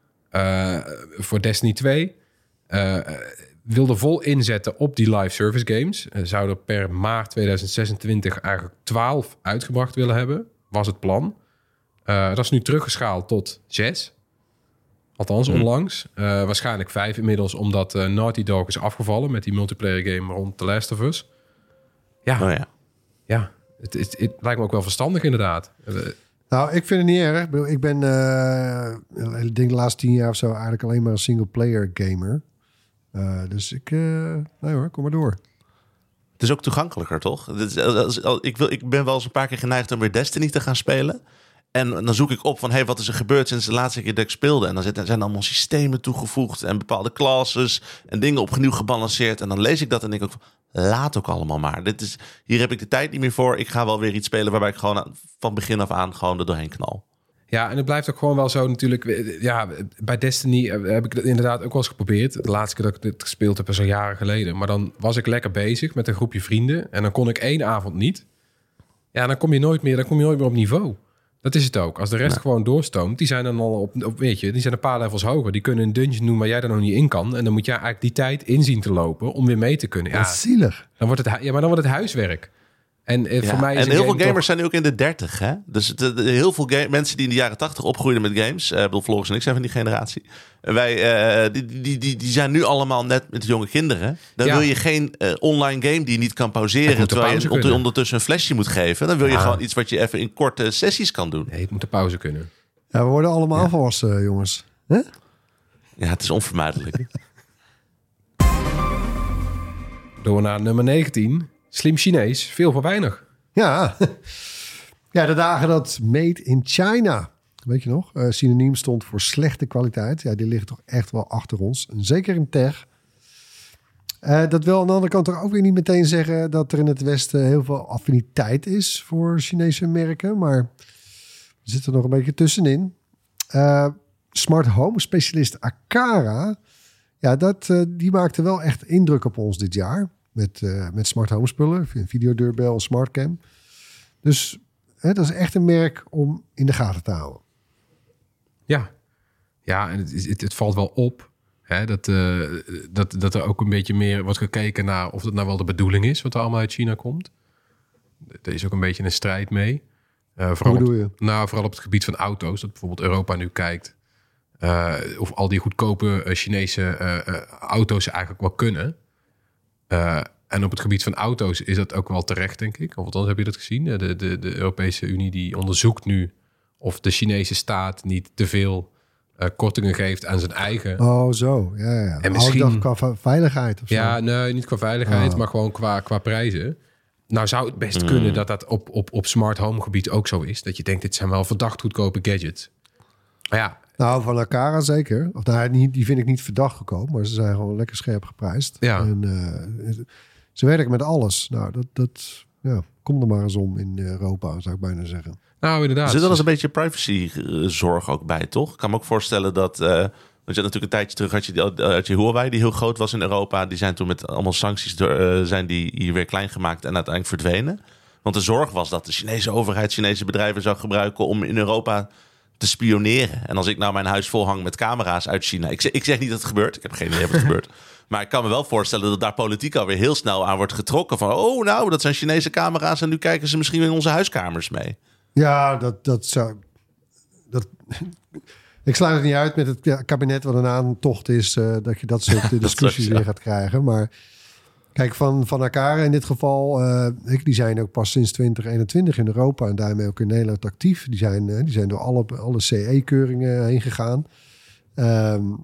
Uh, voor Destiny twee. Uh, wilde vol inzetten op die live service games. Uh, zouden per maart tweeduizend zesentwintig eigenlijk twaalf uitgebracht willen hebben. Was het plan. Uh, dat is nu teruggeschaald tot zes. Althans, onlangs. Uh, waarschijnlijk vijf inmiddels, omdat uh, Naughty Dog is afgevallen... met die multiplayer game rond The Last of Us. Ja, Oh ja. ja. Het, het, het lijkt me ook wel verstandig inderdaad. Uh, Nou, ik vind het niet erg. Ik bedoel, Ik ben, uh, ik denk de laatste tien jaar of zo... eigenlijk alleen maar een single-player gamer. Uh, dus ik... Uh, nee hoor, kom maar door. Het is ook toegankelijker, toch? Het is- Ik, wil, ik ben wel eens een paar keer geneigd om weer Destiny te gaan spelen... En dan zoek ik op van, hey, wat is er gebeurd sinds de laatste keer dat ik speelde? En dan zitten- zijn allemaal systemen toegevoegd en bepaalde classes en dingen opnieuw gebalanceerd. En dan lees ik dat en denk ik ook, laat ook allemaal maar. Dit is, hier heb ik de tijd niet meer voor. Ik ga wel weer iets spelen waarbij ik gewoon aan- van begin af aan gewoon er doorheen knal. ja, en het blijft ook gewoon wel zo natuurlijk... Ja, bij Destiny heb ik het inderdaad ook wel eens geprobeerd. De laatste keer dat ik dit gespeeld heb is al jaren geleden. Maar dan was ik lekker bezig met een groepje vrienden. En dan kon ik één avond niet. Ja, dan kom je nooit meer, dan kom je nooit meer op niveau. Dat is het ook. Als de rest gewoon doorstoomt, die zijn dan al op, op, weet je, die zijn een paar levels hoger. Die kunnen een dungeon doen waar jij er nog niet in kan. En dan moet jij eigenlijk die tijd inzien te lopen om weer mee te kunnen. Dat Ja, is zielig. dan wordt het, hu- ja, maar dan wordt het huiswerk. En eh, Ja, voor mij is en een heel game veel gamers toch- zijn nu ook in de dertig, hè? Dus het- de, de- heel veel ga- mensen die in de jaren tachtig opgroeiden met games... Uh, bedoel, Floris en ik zijn van die generatie. En wij, uh, die, die, die, die zijn nu allemaal net met jonge kinderen. Dan Ja. wil je geen uh, online game die je niet kan Het pauzeren... moet op terwijl je pauze onder- kunnen. ondertussen een flesje moet geven. Dan wil je Ja. gewoon iets wat je even in korte sessies kan doen. Nee, het moet de pauze kunnen. Ja, we worden allemaal volwassen, jongens. Hè? Ja, het is onvermijdelijk. Door naar nummer negentien. Slim Chinees, veel voor weinig. Ja. Ja, de dagen dat Made in China, weet je nog, uh, synoniem stond voor slechte kwaliteit. Ja, die liggen toch echt wel achter ons. En zeker in tech. Uh, dat wil aan de andere kant toch ook weer niet meteen zeggen dat er in het Westen heel veel affiniteit is voor Chinese merken. Maar we zitten er nog een beetje tussenin. Uh, smart home specialist Aqara, ja, dat, uh, die maakte wel echt indruk op ons dit jaar. Met, uh, met smart home spullen, een videodeurbel, een smartcam. Dus hè, dat is echt een merk om in de gaten te houden. Ja, ja en het, is- het, het valt wel op hè, dat, uh, dat, dat er ook een beetje meer wordt gekeken naar of het nou wel de bedoeling is wat er allemaal uit China komt. Er is ook een beetje een strijd mee. Uh, vooral Hoe op, bedoel je? Nou, vooral op het gebied van auto's. Dat bijvoorbeeld Europa nu kijkt uh, of al die goedkope uh, Chinese uh, uh, auto's eigenlijk wel kunnen. Uh, en op het gebied van auto's is dat ook wel terecht, denk ik. Of althans heb je dat gezien. De, de, de Europese Unie die onderzoekt nu of de Chinese staat niet te veel uh, kortingen geeft aan zijn eigen. Oh, zo. Ja, ja. En Oh, misschien- ik dacht qua ve- veiligheid of zo. Ja, nee, niet qua veiligheid, Ah. maar gewoon qua, qua prijzen. Nou zou het best Mm. kunnen dat dat op, op, op smart home gebied ook zo is. Dat je denkt, dit zijn wel verdacht goedkope gadgets. Maar ja, Nou, van Aqara zeker. Of nou, niet, die vind ik niet verdacht goedkoop, maar ze zijn gewoon lekker scherp geprijsd. Ja. En uh, ze werken met alles. Nou, dat, dat ja, kom er maar eens om in Europa, zou ik bijna zeggen. Nou, inderdaad. Er zit wel eens een beetje privacyzorg ook bij, toch? Ik kan me ook voorstellen dat... Uh, want je had natuurlijk een tijdje terug had je, had je Huawei, die heel groot was in Europa. Die zijn toen met allemaal sancties door, uh, zijn die hier weer klein gemaakt en uiteindelijk verdwenen. Want de zorg was dat de Chinese overheid Chinese bedrijven zou gebruiken om in Europa te spioneren. En als ik nou mijn huis vol hang met camera's uit China... Ik zeg, ik zeg niet dat het gebeurt, ik heb geen idee wat er gebeurt. Maar ik kan me wel voorstellen dat daar politiek alweer heel snel aan wordt getrokken. Van, oh nou, dat zijn Chinese camera's en nu kijken ze misschien in onze huiskamers mee. Ja, dat, dat zou... Dat, ik sluit het niet uit met het kabinet wat een aantocht is... Uh, dat je dat soort discussies weer gaat krijgen. Maar kijk, van, van elkaar in dit geval... Uh, die zijn ook pas sinds twintig eenentwintig in Europa... en daarmee ook in Nederland actief. Die zijn, uh, die zijn door alle, alle C E-keuringen heen gegaan. Um,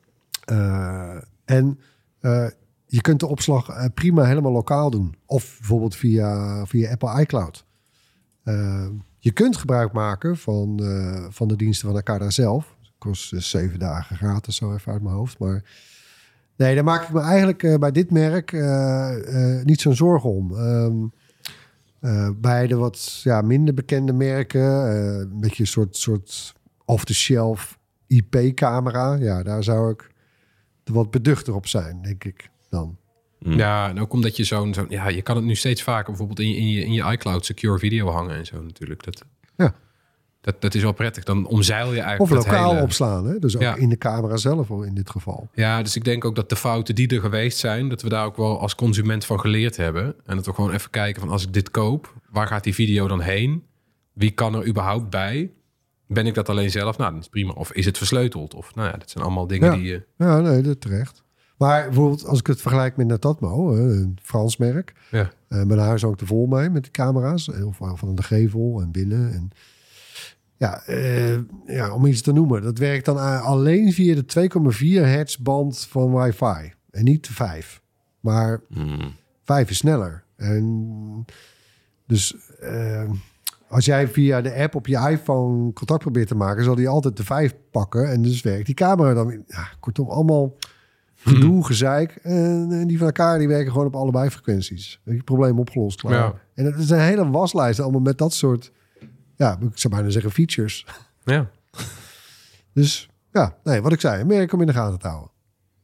uh, en uh, je kunt de opslag uh, prima helemaal lokaal doen. Of bijvoorbeeld via, via Apple iCloud. Uh, je kunt gebruik maken van, uh, van de diensten van elkaar daar zelf. Het kost dus zeven dagen gratis, zo even uit mijn hoofd. Maar nee, daar maak ik me eigenlijk uh, bij dit merk uh, uh, niet zo'n zorgen om. Um, uh, bij de wat ja, minder bekende merken, uh, een beetje een soort, soort off-the-shelf I P-camera. Ja, daar zou ik er wat beduchter op zijn, denk ik dan. Mm. Ja, en ook omdat je zo'n... zo'n ja, je kan het nu steeds vaker bijvoorbeeld in je, in je, in je iCloud secure video hangen en zo natuurlijk. Dat, ja. dat, dat is wel prettig. Dan omzeil je eigenlijk Of lokaal hele... opslaan, hè? Dus ook ja. in de camera zelf in dit geval. Ja, dus ik denk ook dat de fouten die er geweest zijn... dat we daar ook wel als consument van geleerd hebben. En dat we gewoon even kijken van als ik dit koop... waar gaat die video dan heen? Wie kan er überhaupt bij? Ben ik dat alleen zelf? Nou, dat is prima. Of is het versleuteld? Of nou ja, dat zijn allemaal dingen ja. die je... Ja, nee, dat terecht. Maar bijvoorbeeld als ik het vergelijk met Netatmo, een Frans merk. Ja. Uh, mijn huis hangt er vol mee met de camera's. Of van de gevel en binnen. En ja, uh, ja, om iets te noemen. Dat werkt dan alleen via de twee komma vier hertz band van wifi. En niet de vijf. Maar hmm. vijf is sneller. En dus uh, als jij via de app op je iPhone contact probeert te maken... zal die altijd de vijf pakken. En dus werkt die camera dan... Ja, kortom, allemaal... gedoe, gezeik. En die van elkaar die werken gewoon op allebei frequenties. Je probleem opgelost, klaar. Ja. En het is een hele waslijst allemaal met dat soort... Ja, ik zou bijna zeggen features. Ja. Dus ja, nee, wat ik zei. Een merk om in de gaten te houden.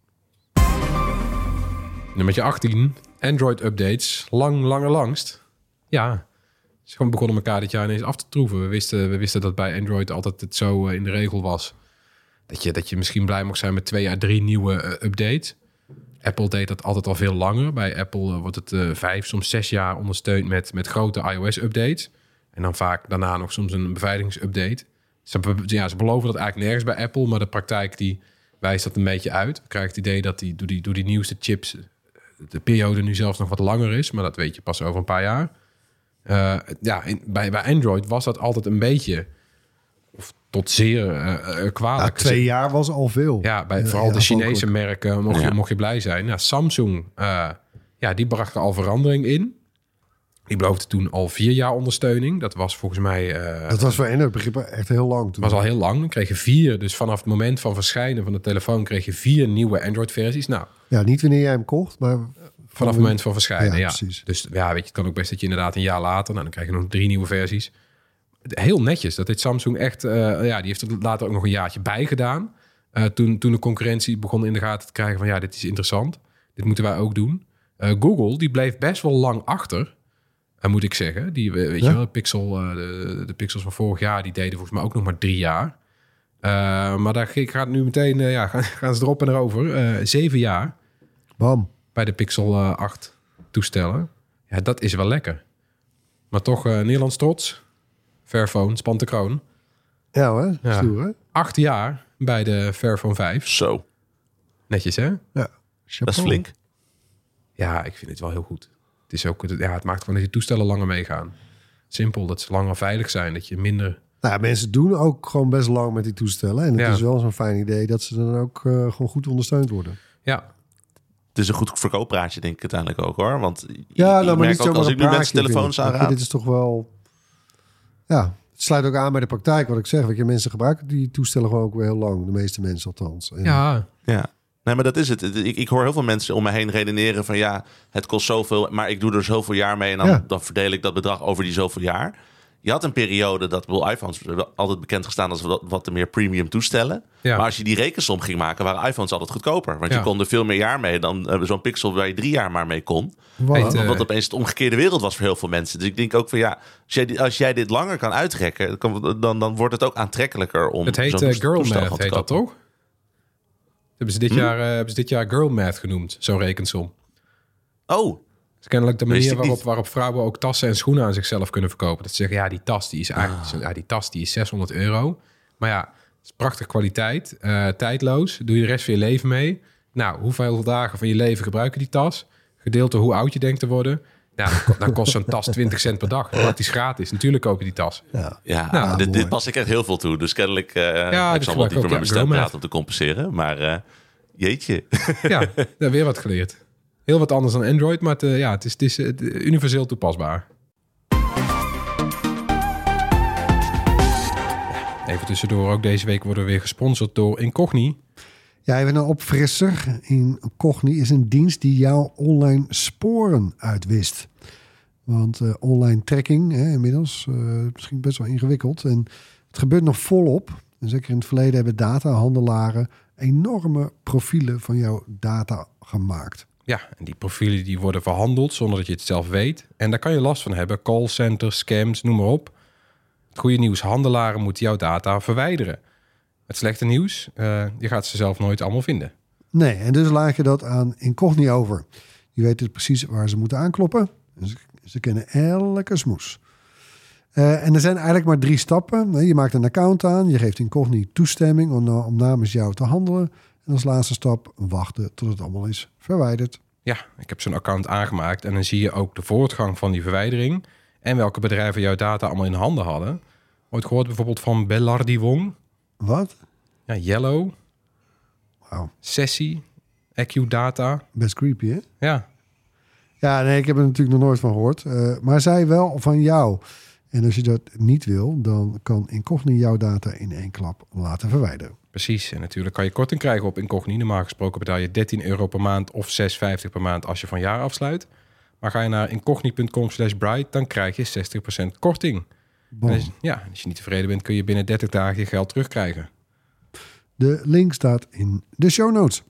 Nummertje achttien. Android-updates. Lang, langer langst. Ja. Het is gewoon begonnen elkaar dit jaar ineens af te troeven. We wisten, we wisten dat bij Android altijd het zo uh, in de regel was... Dat je, dat je misschien blij mag zijn met twee à drie nieuwe uh, updates. Apple deed dat altijd al veel langer. Bij Apple uh, wordt het uh, vijf, soms zes jaar ondersteund met, met grote iOS-updates. En dan vaak daarna nog soms een beveiligingsupdate. Ze, ja, ze beloven dat eigenlijk nergens bij Apple, maar de praktijk die wijst dat een beetje uit. Ik krijg het idee dat die, door, die, door die nieuwste chips de periode nu zelfs nog wat langer is. Maar dat weet je pas over een paar jaar. Uh, ja, in, bij, bij Android was dat altijd een beetje... Of tot zeer uh, uh, kwalijk. Ja, twee jaar was al veel. Ja, bij vooral ja, de Chinese merken mocht, ja. je, mocht je blij zijn. Nou, Samsung, uh, ja, die bracht er al verandering in. Die beloofde toen al vier jaar ondersteuning. Dat was volgens mij... Uh, dat was voor Android begrippen echt heel lang toen. was al heel lang. Dan kreeg je vier, dus vanaf het moment van verschijnen van de telefoon... kreeg je vier nieuwe Android-versies. Nou, ja, niet wanneer jij hem kocht, maar... Vanaf het moment van verschijnen, ja. ja. Dus ja, weet je, het kan ook best dat je inderdaad een jaar later... Nou, dan krijg je nog drie nieuwe versies. Heel netjes. Dat dit Samsung echt... Uh, ja, die heeft er later ook nog een jaartje bij gedaan. Uh, toen, toen de concurrentie begon in de gaten te krijgen van... ja, dit is interessant. Dit moeten wij ook doen. Uh, Google, die bleef best wel lang achter... Uh, moet ik zeggen. Die, weet ja? je wel, Pixel, uh, de, de Pixels van vorig jaar... die deden volgens mij ook nog maar drie jaar. Uh, maar daar gaat nu meteen... Uh, ja, gaan, gaan ze erop en erover. Uh, zeven jaar. Bam. Bij de Pixel uh, acht toestellen. Ja, dat is wel lekker. Maar toch uh, Nederlands trots... Fairphone, spant de kroon. Ja hoor, ja. stoer hè? Acht jaar bij de Fairphone vijf. Zo. Netjes hè? Ja. Dat is flink. Ja, ik vind het wel heel goed. Het is ook, ja, het maakt gewoon dat je toestellen langer meegaan. Simpel, dat ze langer veilig zijn. Dat je minder... Nou ja, mensen doen ook gewoon best lang met die toestellen. En het ja. is wel zo'n fijn idee dat ze dan ook uh, gewoon goed ondersteund worden. Ja. Het is een goed verkooppraatje denk ik uiteindelijk ook hoor. Want ja, ik nou, maar merk niet ook als ik nu mensen telefoons aanraad. Dit is toch wel... Ja, het sluit ook aan bij de praktijk wat ik zeg. Weet je, mensen gebruiken die toestellen gewoon ook weer heel lang. De meeste mensen althans. En Ja. Ja. Nee, maar dat is het. Ik, ik hoor heel veel mensen om me heen redeneren van ja, het kost zoveel, maar ik doe er zoveel jaar mee en dan, Ja. dan verdeel ik dat bedrag over die zoveel jaar. Je had een periode dat wel iPhones altijd bekend gestaan als wat, wat meer premium toestellen. Ja. Maar als je die rekensom ging maken, waren iPhones altijd goedkoper. Want Ja. je kon er veel meer jaar mee dan uh, zo'n Pixel waar je drie jaar maar mee kon. Wat? Hey, Wat, eh, wat opeens het omgekeerde wereld was voor heel veel mensen. Dus ik denk ook van ja, als jij, als jij dit langer kan uitrekken, dan, dan wordt het ook aantrekkelijker om Het heet zo'n uh, Girl toestel Math, van te heet dat kopen. toch? Hebben ze dit, Hm? jaar, uh, hebben ze dit jaar Girl Math genoemd, zo'n rekensom. Oh, is kennelijk de Wist manier ik waarop, niet. waarop vrouwen ook tassen en schoenen aan zichzelf kunnen verkopen. Dat ze zeggen, ja, die tas die is eigenlijk Ah. zo- ja, die tas die is zeshonderd euro. Maar ja, het is prachtige kwaliteit, uh, tijdloos. Doe je de rest van je leven mee. Nou, hoeveel dagen van je leven gebruik je die tas? Gedeeld door hoe oud je denkt te worden. Ja, dan, ko- dan kost zo'n tas twintig cent per dag. Praktisch gratis. Natuurlijk koop je die tas. Ja. ja, Nou, dit, mooi. dit pas ik echt heel veel toe. Dus kennelijk uh, Ja, ik dit zal wel gebruik ik dieper ook, met ja, mijn stem Girl praten Math. om te compenseren. Maar uh, jeetje. Ja, daar weer wat geleerd. Heel wat anders dan Android, maar het, uh, ja, het is, het is uh, universeel toepasbaar. Even tussendoor, ook deze week worden we weer gesponsord door Incogni. Ja, even een opfrisser. Incogni is een dienst die jouw online sporen uitwist. Want uh, online tracking, hè, inmiddels, uh, misschien best wel ingewikkeld. En het gebeurt nog volop. En zeker in het verleden hebben datahandelaren enorme profielen van jouw data gemaakt. Ja, en die profielen die worden verhandeld zonder dat je het zelf weet. En daar kan je last van hebben. Callcenters, scams, noem maar op. Het goede nieuws, handelaren moeten jouw data verwijderen. Het slechte nieuws, uh, je gaat ze zelf nooit allemaal vinden. Nee, en dus laat je dat aan Incogni over. Die weten dus precies waar ze moeten aankloppen. En ze, ze kennen elke smoes. Uh, en er zijn eigenlijk maar drie stappen. Je maakt een account aan, je geeft Incogni toestemming om, om namens jou te handelen. En als laatste stap wachten tot het allemaal is verwijderd. Ja, ik heb zo'n account aangemaakt en dan zie je ook de voortgang van die verwijdering en welke bedrijven jouw data allemaal in handen hadden. Ooit gehoord bijvoorbeeld van Bellardi Wong, Wat? ja, Yellow, Wauw, Sessi, AccuData. best creepy, hè? Ja, Ja, nee, ik heb er natuurlijk nog nooit van gehoord. Uh, maar zij wel van jou. En als je dat niet wil, dan kan Incogni jouw data in één klap laten verwijderen. precies. En natuurlijk kan je korting krijgen op Incogni. Normaal gesproken betaal je dertien euro per maand of zes vijftig per maand als je van jaar afsluit. Maar ga je naar incogni.com slash bright, dan krijg je zestig procent korting. Bam. En als, ja, als je niet tevreden bent, kun je binnen dertig dagen je geld terugkrijgen. De link staat in de show notes.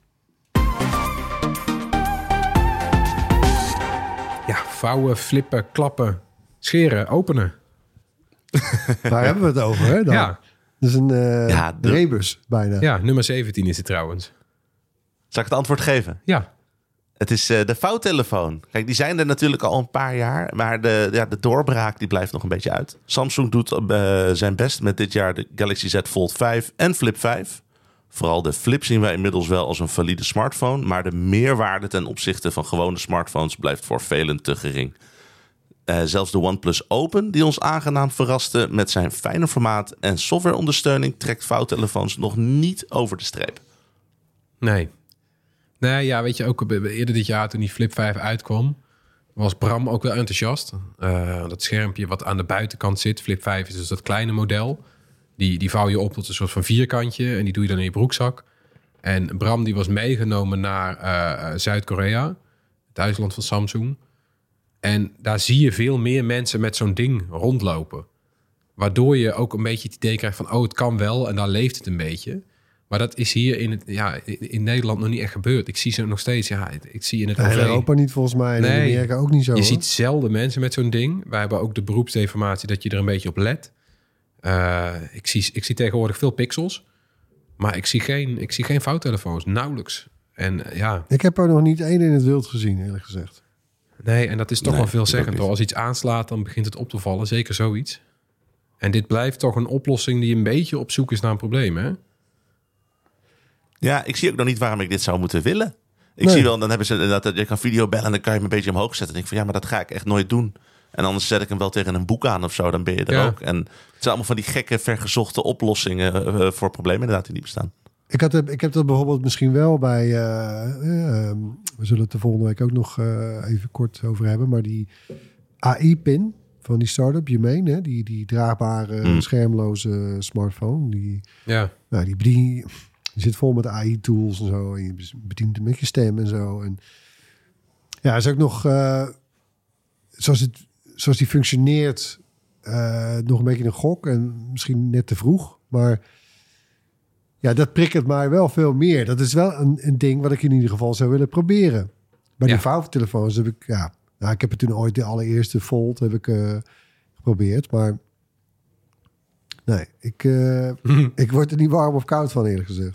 Ja, vouwen, flippen, klappen, scheren, openen. Daar hebben we het over, hè? Dan. Ja, Dat is een uh, Ja, de- rebus bijna. ja, nummer zeventien is het trouwens. Zal ik het antwoord geven? Ja, Het is uh, de vouwtelefoon. Kijk, die zijn er natuurlijk al een paar jaar. Maar de, ja, de doorbraak die blijft nog een beetje uit. Samsung doet uh, zijn best met dit jaar de Galaxy Z Fold vijf en Flip vijf. Vooral de Flip zien wij inmiddels wel als een valide smartphone. Maar de meerwaarde ten opzichte van gewone smartphones blijft voor velen te gering. Uh, zelfs de OnePlus Open, die ons aangenaam verraste met zijn fijne formaat en softwareondersteuning, trekt vouwtelefoons nog niet over de streep. nee. Nee, ja, weet je, ook eerder dit jaar toen die Flip vijf uitkwam, was Bram ook wel enthousiast. Uh, dat schermpje wat aan de buitenkant zit, Flip vijf is dus dat kleine model. Die, die vouw je op tot een soort van vierkantje en die doe je dan in je broekzak. En Bram die was meegenomen naar uh, Zuid-Korea, het thuisland van Samsung. En daar zie je veel meer mensen met zo'n ding rondlopen. Waardoor je ook een beetje het idee krijgt van, oh, het kan wel en daar leeft het een beetje. Maar dat is hier in, het, ja, in Nederland nog niet echt gebeurd. Ik zie ze nog steeds, ja, ik zie in het In O V. Europa niet volgens mij. En in Nee, Amerika ook niet zo. Je hoor. ziet zelden mensen met zo'n ding. Wij hebben ook de beroepsdeformatie dat je er een beetje op let. Uh, ik, zie, ik zie tegenwoordig veel pixels. Maar ik zie geen, ik zie geen vouwtelefoons, nauwelijks. En uh, ja, Ik heb er nog niet één in het wild gezien, eerlijk gezegd. nee, en dat is toch Nee, wel veelzeggend. ik ook Hoor. Als iets aanslaat, dan begint het op te vallen. Zeker zoiets. En dit blijft toch een oplossing die een beetje op zoek is naar een probleem, hè? Ja, ik zie ook nog niet waarom ik dit zou moeten willen. Ik Nee. zie wel, dan hebben ze dat je kan video bellen en dan kan je hem een beetje omhoog zetten. En denk ik van ja, maar dat ga ik echt nooit doen. En anders zet ik hem wel tegen een boek aan of zo, dan ben je er Ja. ook. En het zijn allemaal van die gekke, vergezochte oplossingen uh, voor problemen inderdaad die niet bestaan. Ik, had, ik heb dat bijvoorbeeld misschien wel bij... Uh, uh, we zullen het de volgende week ook nog uh, even kort over hebben. Maar die A I-pin van die start-up, Humane, hè, die, die draagbare, Mm. schermloze smartphone. Die, Ja, nou, die, die, je zit vol met A I-tools en zo. En je bedient het met je stem en zo. En ja, is ook nog... Uh, zoals, het, zoals die functioneert... Uh, nog een beetje een gok. En misschien net te vroeg. Maar ja, dat prikkelt mij wel veel meer. Dat is wel een, een ding wat ik in ieder geval zou willen proberen. Bij Ja. die vouwtelefoons heb ik... Ja, nou, ik heb het toen ooit de allereerste Fold heb ik uh, geprobeerd. Maar nee, ik, uh, ik word er niet warm of koud van, eerlijk gezegd.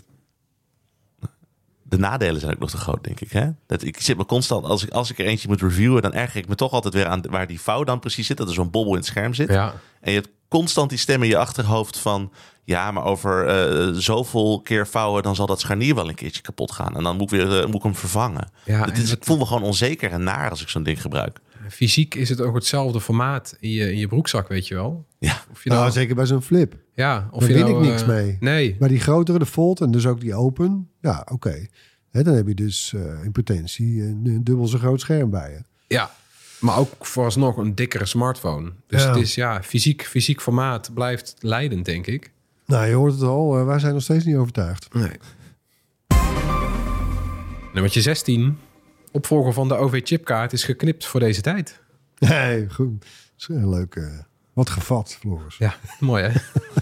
De nadelen zijn ook nog te groot, denk ik. Hè? Dat, ik zit me constant, als ik, als ik er eentje moet reviewen, dan erger ik me toch altijd weer aan waar die vouw dan precies zit. Dat er zo'n bobbel in het scherm zit. Ja. En je hebt constant die stem in je achterhoofd van... ja, maar over uh, zoveel keer vouwen... dan zal dat scharnier wel een keertje kapot gaan. En dan moet ik, weer, uh, moet ik hem vervangen. Ja, het en is, wat- ik voel me gewoon onzeker en naar als ik zo'n ding gebruik. Fysiek is het ook hetzelfde formaat in je, in je broekzak, weet je wel. Ja, Of je Nou, nou, zeker bij zo'n flip. ja, of Daar je win nou, ik niks eh, mee. Nee, Bij die grotere, de Fold en dus ook die Open. Ja, oké. Okay. Dan heb je dus uh, in potentie een, een dubbel zo groot scherm bij je. ja. Maar ook vooralsnog een dikkere smartphone. Dus Ja. het is ja, fysiek, fysiek formaat blijft leidend, denk ik. Nou, je hoort het al. Uh, wij zijn nog steeds niet overtuigd. Nee. Nummertje zestien. Opvolger van de O V-chipkaart is geknipt voor deze tijd. Nee, goed. Dat is heel leuk. Uh, wat gevat, Floris. Ja, mooi hè?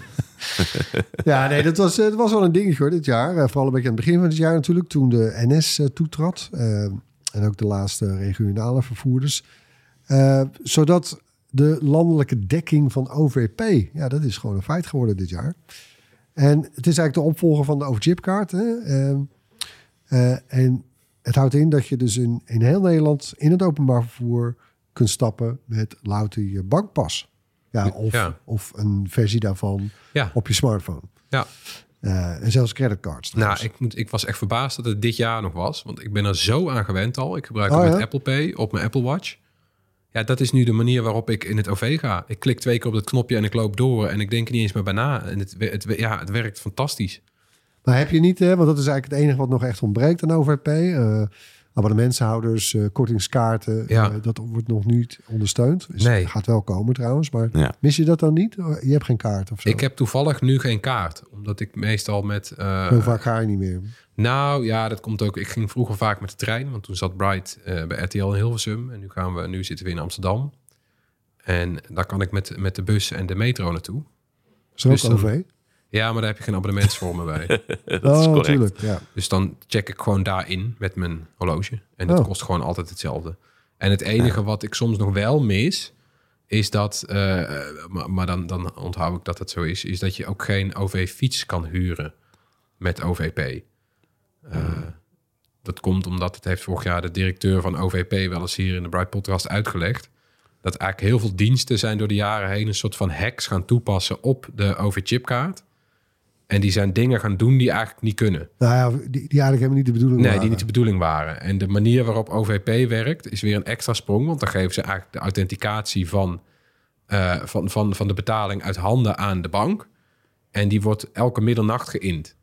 Ja, nee, dat was, dat was wel een dingetje hoor, dit jaar. Uh, vooral een beetje aan het begin van het jaar natuurlijk. Toen de N S uh, toetrad. Uh, en ook de laatste regionale vervoerders. Uh, zodat de landelijke dekking van O V P... Ja, dat is gewoon een feit geworden dit jaar. En het is eigenlijk de opvolger van de O V-chipkaart. Hè? Uh, uh, en het houdt in dat je dus in, in heel Nederland... in het openbaar vervoer kunt stappen met louter je bankpas. Ja, of, Ja. of een versie daarvan Ja. op je smartphone. Ja. Uh, en zelfs creditcards. Nou, trouwens. ik, moet, ik was echt verbaasd dat het dit jaar nog was. Want ik ben er zo aan gewend al. Ik gebruik Oh, het met ja? Apple Pay op mijn Apple Watch. Ja, dat is nu de manier waarop ik in het O V ga. Ik klik twee keer op het knopje en ik loop door. En ik denk er niet eens meer bij na. En het, het, ja, het werkt fantastisch. Maar heb je niet, hè, want dat is eigenlijk het enige wat nog echt ontbreekt aan O V P. Uh, abonnementshouders, uh, kortingskaarten, Ja. uh, dat wordt nog niet ondersteund. Dus Nee. gaat wel komen trouwens, maar Ja. mis je dat dan niet? Je hebt geen kaart of zo? Ik heb toevallig nu geen kaart. Omdat ik meestal met... uh, Hoe vaak ga je niet meer? Nou ja, dat komt ook. Ik ging vroeger vaak met de trein, want toen zat Bright uh, bij R T L in Hilversum. En nu, gaan we, nu zitten we in Amsterdam. En daar kan ik met, met de bus en de metro naartoe. Is er ook Dus dan- O V? Ja, maar daar heb je geen abonnementsvormen bij. dat is Oh, correct. natuurlijk. Ja. Dus dan check ik gewoon daarin met mijn horloge. En dat Oh. kost gewoon altijd hetzelfde. En het enige wat ik soms nog wel mis, is dat... Uh, maar maar dan, dan onthoud ik dat het zo is... is dat je ook geen O V-fiets kan huren met O V P. Uh, dat komt omdat het heeft vorig jaar de directeur van O V P... wel eens hier in de Bright Podcast uitgelegd... dat eigenlijk heel veel diensten zijn door de jaren heen... een soort van hacks gaan toepassen op de O V-chipkaart. En die zijn dingen gaan doen die eigenlijk niet kunnen. Nou ja, die, die eigenlijk helemaal niet de bedoeling Nee, waren. die niet de bedoeling waren. En de manier waarop O V P werkt is weer een extra sprong. Want dan geven ze eigenlijk de authenticatie van, uh, van, van, van de betaling uit handen aan de bank. En die wordt elke middernacht geïnd.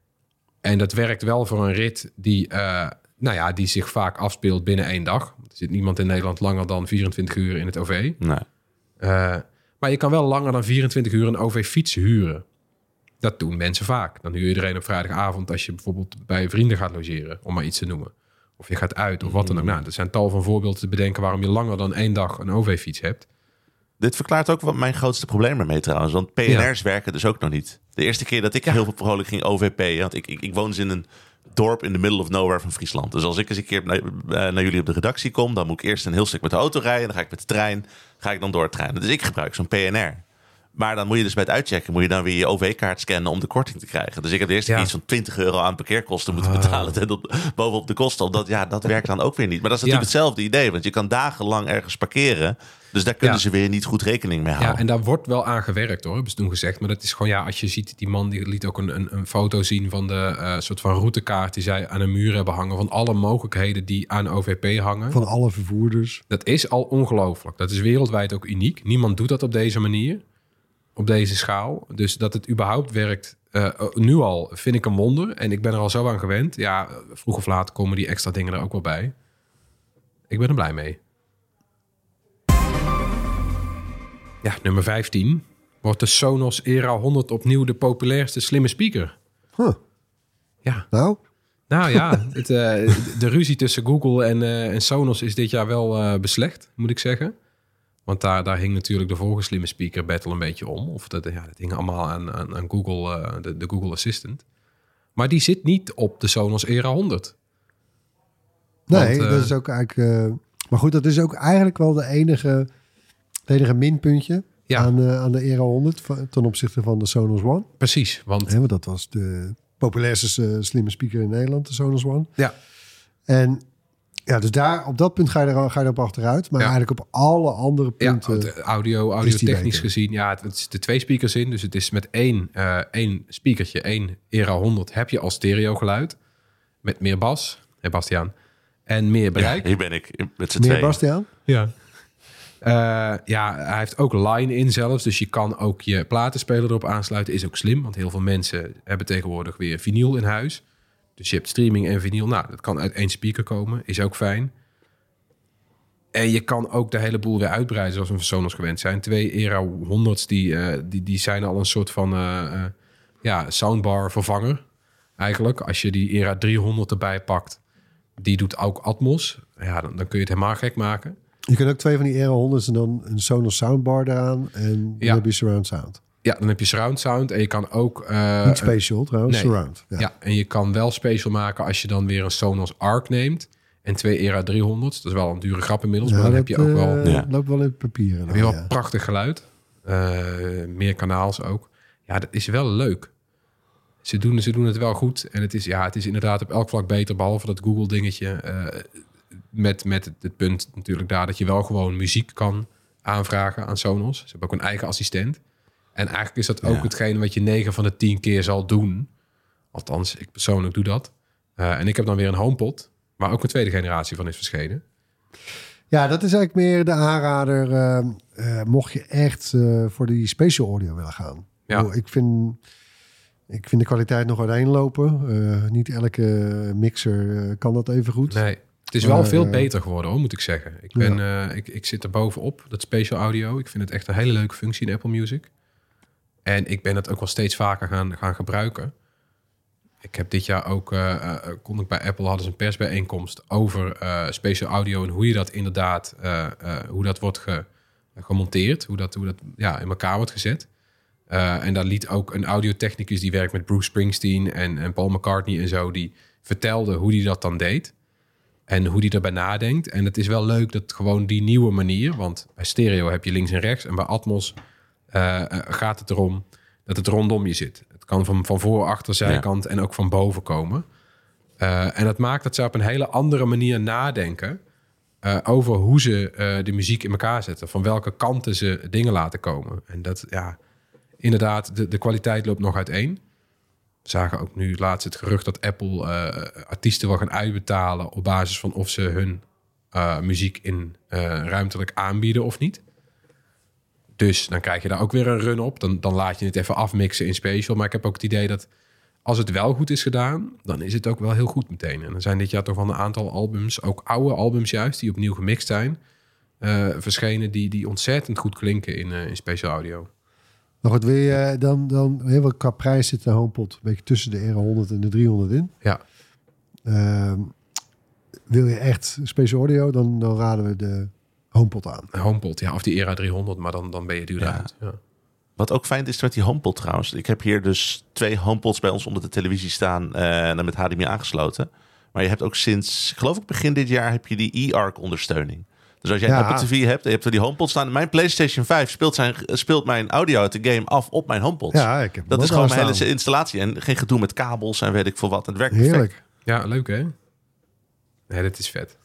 En dat werkt wel voor een rit die, uh, nou ja, die zich vaak afspeelt binnen één dag. Er zit niemand in Nederland langer dan vierentwintig uur in het O V. Nee. Uh, maar je kan wel langer dan vierentwintig uur een O V-fiets huren. Dat doen mensen vaak. Dan huur je iedereen op vrijdagavond als je bijvoorbeeld bij vrienden gaat logeren, om maar iets te noemen. Of je gaat uit of wat dan ook. Nou, er zijn tal van voorbeelden te bedenken waarom je langer dan één dag een O V-fiets hebt. Dit verklaart ook wat mijn grootste probleem ermee trouwens. Want P N R's Ja. werken dus ook nog niet. De eerste keer dat ik Ja. heel vrolijk ging O V P... want ik, ik, ik woon dus in een dorp in the middle of nowhere van Friesland. Dus als ik eens een keer naar, naar jullie op de redactie kom... dan moet ik eerst een heel stuk met de auto rijden. Dan ga ik met de trein, ga ik dan door het treinen. Dus ik gebruik zo'n P N R. Maar dan moet je dus bij het uitchecken... moet je dan weer je O V-kaart scannen om de korting te krijgen. Dus ik heb de eerste Ja. keer iets van twintig euro aan parkeerkosten moeten Ah. betalen. En dat, bovenop de kosten. Omdat, ja, dat werkt dan ook weer niet. Maar dat is natuurlijk Ja. hetzelfde idee. Want je kan dagenlang ergens parkeren... Dus daar kunnen Ja. ze weer niet goed rekening mee houden. Ja, en daar wordt wel aan gewerkt hoor, hebben ze toen gezegd. Maar dat is gewoon, ja, als je ziet, die man die liet ook een, een, een foto zien van de uh, soort van routekaart die zij aan een muur hebben hangen. Van alle mogelijkheden die aan O V P hangen. Van alle vervoerders. Dat is al ongelooflijk. Dat is wereldwijd ook uniek. Niemand doet dat op deze manier. Op deze schaal. Dus dat het überhaupt werkt, uh, nu al, vind ik een wonder. En ik ben er al zo aan gewend. Ja, vroeg of laat komen die extra dingen er ook wel bij. Ik ben er blij mee. Ja, nummer vijftien. Wordt de Sonos Era honderd opnieuw de populairste slimme speaker? Huh. Ja. Nou? Nou ja, het, uh, de ruzie tussen Google en, uh, en Sonos is dit jaar wel uh, beslecht, moet ik zeggen. Want daar, daar hing natuurlijk de vorige slimme speaker battle een beetje om. Of dat, ja, dat hing allemaal aan, aan, aan Google, uh, de, de Google Assistant. Maar die zit niet op de Sonos Era honderd. Nee, Want, uh, dat is ook eigenlijk... Uh, maar goed, dat is ook eigenlijk wel de enige, het enige minpuntje ja. aan, uh, aan de Era honderd ten opzichte van de Sonos One. Precies, want... Ja, want dat was de populairste uh, slimme speaker in Nederland, de Sonos One. Ja. En ja, dus daar, op dat punt ga je, er, ga je erop achteruit. Maar ja. eigenlijk op alle andere punten... Ja, audio, audio-technisch gezien, ja, het, het is de twee speakers in. Dus het is met één, uh, één speakertje, één Era honderd, heb je al stereo geluid. Met meer bas, hey Bastiaan. En meer bereik. Ja, hier ben ik, met z'n Meer tweeën. Bastiaan? Ja. Uh, ja, hij heeft ook line in zelfs. Dus je kan ook je platenspeler erop aansluiten. Is ook slim, want heel veel mensen hebben tegenwoordig weer vinyl in huis. Dus je hebt streaming en vinyl. Nou, dat kan uit één speaker komen. Is ook fijn. En je kan ook de hele boel weer uitbreiden zoals we van Sonos gewend zijn. Twee Era honderd's die, uh, die, die zijn al een soort van uh, uh, ja, soundbar vervanger. Eigenlijk, als je die Era driehonderd erbij pakt, die doet ook Atmos. Ja, dan, dan kun je het helemaal gek maken. Je kunt ook twee van die Era honderd's en dan een Sonos soundbar eraan. En dan ja. heb je surround sound. Ja, dan heb je surround sound. En je kan ook... Uh, Niet spatial trouwens, nee. surround. Ja. ja, en je kan wel spatial maken als je dan weer een Sonos Arc neemt. En twee Era driehonderd's. Dat is wel een dure grap inmiddels. Ja, maar dan dat, heb je ook wel... Uh, ja. loopt wel in papieren. Heb je wel ja. prachtig geluid. Uh, meer kanaals ook. Ja, dat is wel leuk. Ze doen, ze doen het wel goed. En het is, ja, het is inderdaad op elk vlak beter. Behalve dat Google dingetje. Uh, met, met het, het punt natuurlijk daar dat je wel gewoon muziek kan aanvragen aan Sonos. Ze hebben ook een eigen assistent. En eigenlijk is dat ook ja. hetgene wat je negen van de tien keer zal doen. Althans, ik persoonlijk doe dat. Uh, en ik heb dan weer een HomePod, waar ook een tweede generatie van is verschenen. Ja, dat is eigenlijk meer de aanrader. Uh, uh, mocht je echt uh, voor die spatial audio willen gaan. Ja. Oh, ik, vind, ik vind de kwaliteit nog uiteenlopen. Uh, niet elke mixer uh, kan dat even goed. Nee, het is maar, wel veel uh, beter geworden, hoor, moet ik zeggen. Ik, ben, ja. uh, ik, ik zit er bovenop, dat spatial audio. Ik vind het echt een hele leuke functie in Apple Music. En ik ben het ook wel steeds vaker gaan, gaan gebruiken. Ik heb dit jaar ook, uh, uh, kon ik bij Apple, hadden ze een persbijeenkomst over uh, spatial audio en hoe je dat inderdaad, uh, uh, hoe dat wordt ge, gemonteerd, hoe dat, hoe dat ja, in elkaar wordt gezet. Uh, en daar liet ook een audiotechnicus die werkt met Bruce Springsteen en, en Paul McCartney en zo, die vertelde hoe die dat dan deed en hoe die erbij nadenkt. En het is wel leuk dat gewoon die nieuwe manier, want bij stereo heb je links en rechts en bij Atmos uh, uh, gaat het erom dat het rondom je zit. Het kan van, van voor, achter, zijkant ja. en ook van boven komen. Uh, en dat maakt dat ze op een hele andere manier nadenken uh, over hoe ze uh, de muziek in elkaar zetten. Van welke kanten ze dingen laten komen. En dat, ja, inderdaad, de, de kwaliteit loopt nog uiteen. We zagen ook nu laatst het gerucht dat Apple uh, artiesten wil gaan uitbetalen op basis van of ze hun uh, muziek in uh, ruimtelijk aanbieden of niet. Dus dan krijg je daar ook weer een run op. Dan, dan laat je het even afmixen in spatial. Maar ik heb ook het idee dat als het wel goed is gedaan, dan is het ook wel heel goed meteen. En er zijn dit jaar toch wel een aantal albums, ook oude albums juist, die opnieuw gemixt zijn, uh, verschenen, die, die ontzettend goed klinken in, uh, in spatial audio. Maar goed, wil je dan, dan heel veel qua prijs zit de HomePod een beetje tussen de Era honderd en de driehonderd in. Ja. Uh, wil je echt spatial audio, dan, dan raden we de HomePod aan. HomePod, ja, of die Era driehonderd, maar dan, dan ben je duurder Ja. uit. Ja. Wat ook fijn is met die HomePod trouwens. Ik heb hier dus twee HomePods bij ons onder de televisie staan en uh, met H D M I aangesloten. Maar je hebt ook sinds, geloof ik begin dit jaar, heb je die e-arc ondersteuning. Dus als jij Ja. een Apple T V hebt en je hebt er die HomePod staan. Mijn PlayStation vijf speelt, zijn, speelt mijn audio uit de game af op mijn HomePods. Ja, ik heb Dat hem is ook gewoon mijn aanstaan. hele installatie. En geen gedoe met kabels en weet ik veel wat. Het werkt perfect. Heerlijk. Ja, leuk hè? Nee, dat is vet.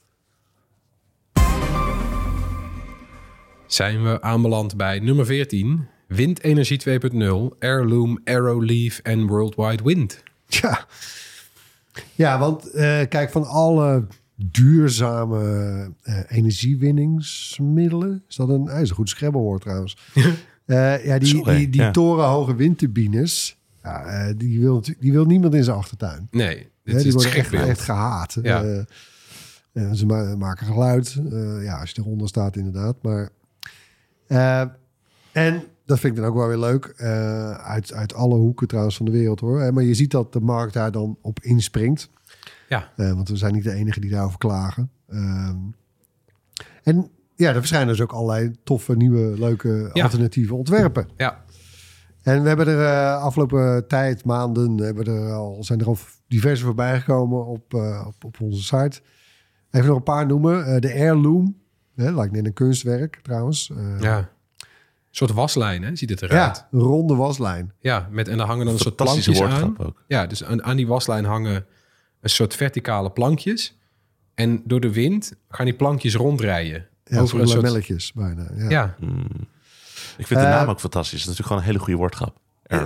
Zijn we aanbeland bij nummer veertien. Windenergie twee punt nul, Heirloom, Arrowleaf en Worldwide Wind. Ja, ja want uh, kijk, van alle duurzame uh, energiewinningsmiddelen, is dat een, uh, is een goed scrabblewoord trouwens. uh, ja, die, Sorry, die, die ja. torenhoge windturbines, ja, uh, die, wil, die wil niemand in zijn achtertuin. Nee, dit Ja, die is worden het echt, schrikbeeld. echt gehaat. Ja. Uh, uh, ze ma- maken geluid. Uh, ja, als je eronder staat inderdaad. Maar, uh, en dat vind ik dan ook wel weer leuk. Uh, uit, uit alle hoeken trouwens van de wereld hoor. Uh, maar je ziet dat de markt daar dan op inspringt. Ja. Uh, want we zijn niet de enige die daarover klagen. Uh, en ja, er verschijnen dus ook allerlei toffe, nieuwe, leuke ja. alternatieve ontwerpen. Ja. En we hebben er uh, afgelopen tijd, maanden, hebben er al, zijn er al diverse voorbij gekomen op, uh, op, op onze site. Even nog een paar noemen. Uh, de Heirloom. Hè, lijkt net een kunstwerk trouwens. Uh, ja. Een soort waslijn, hè? Ziet het eruit. Ja, een ronde waslijn. Ja, met, en daar hangen dan een soort plankjes aan. Ook. Ja, dus aan, aan die waslijn hangen een soort verticale plankjes. En door de wind gaan die plankjes rondrijden. Ja, over een soort lamelletjes bijna. Ja. Ja. Hmm. Ik vind de Uh, naam ook fantastisch. Dat is natuurlijk gewoon een hele goede woordgrap.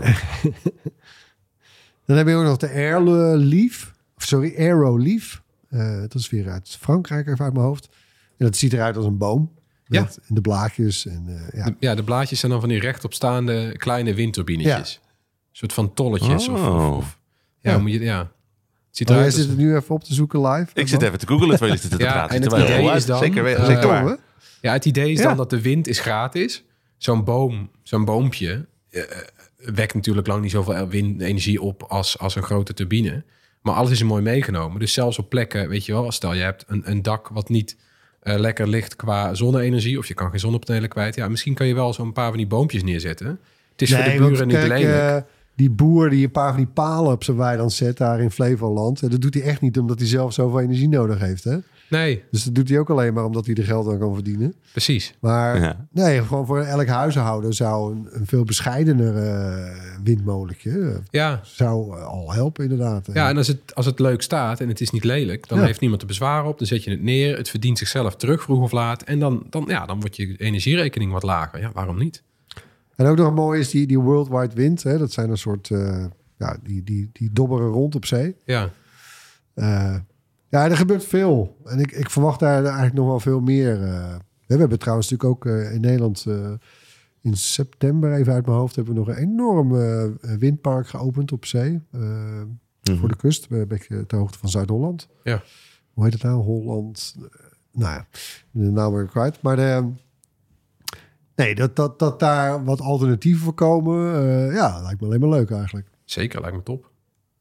Dan heb je ook nog de Airleaf. Sorry, Aeroleaf. Uh, dat is weer uit Frankrijk, even uit mijn hoofd. En dat ziet eruit als een boom. Ja. Met de blaadjes. En, uh, ja. De, ja, de blaadjes zijn dan van die rechtopstaande kleine windturbinetjes. Ja. Een soort van tolletjes. Oh. Of, of, of, ja, Ja. moet je, ja. Het ziet Oh, eruit jij als- zit het nu even op te zoeken live. Ik zit even te googlen terwijl je zit te Ja, praten. en het Terwijl je idee heel is dan, Zeker, uh, zeker Tom, waar. hè? Ja, het idee is Ja. dan dat de wind is gratis. Zo'n boom, zo'n boompje uh, wekt natuurlijk lang niet zoveel windenergie op als, als een grote turbine. Maar alles is er mooi meegenomen. Dus zelfs op plekken, weet je wel, stel je hebt een, een dak wat niet uh, lekker ligt qua zonne-energie, of je kan geen zonnepanelen kwijt. Ja, misschien kan je wel zo'n paar van die boompjes neerzetten. Het is voor de want buren niet kijk, lelijk. uh, die boer die een paar van die palen op zijn weiland zet daar in Flevoland. uh, Dat doet hij echt niet omdat hij zelf zoveel energie nodig heeft. Hè? Nee, Dus dat doet hij ook alleen maar omdat hij er geld aan kan verdienen. precies. Maar Ja. nee, gewoon voor elk huishouden zou een, een veel bescheidener uh, windmolentje uh, Ja, zou uh, al helpen inderdaad. ja en als het, als het leuk staat en het is niet lelijk, dan Ja. heeft niemand er bezwaar op. Dan zet je het neer, het verdient zichzelf terug vroeg of laat. En dan, dan, ja, dan wordt je energierekening wat lager. Ja, waarom niet? En ook nog mooi is die, die Worldwide Wind. Hè? Dat zijn een soort, uh, ja, die, die, die dobberen rond op zee. Ja, Uh, ja, er gebeurt veel. En ik, ik verwacht daar eigenlijk nog wel veel meer. Uh, we hebben trouwens natuurlijk ook uh, in Nederland uh, in september, even uit mijn hoofd, hebben we nog een enorm uh, windpark geopend op zee. Uh, mm-hmm. Voor de kust, een beetje ter hoogte van Zuid-Holland. Ja. Hoe heet het nou? Holland. Uh, nou ja, de naam weer kwijt. Maar de, nee, dat, dat, dat daar wat alternatieven voor komen, uh, ja, lijkt me alleen maar leuk eigenlijk. zeker, lijkt me top.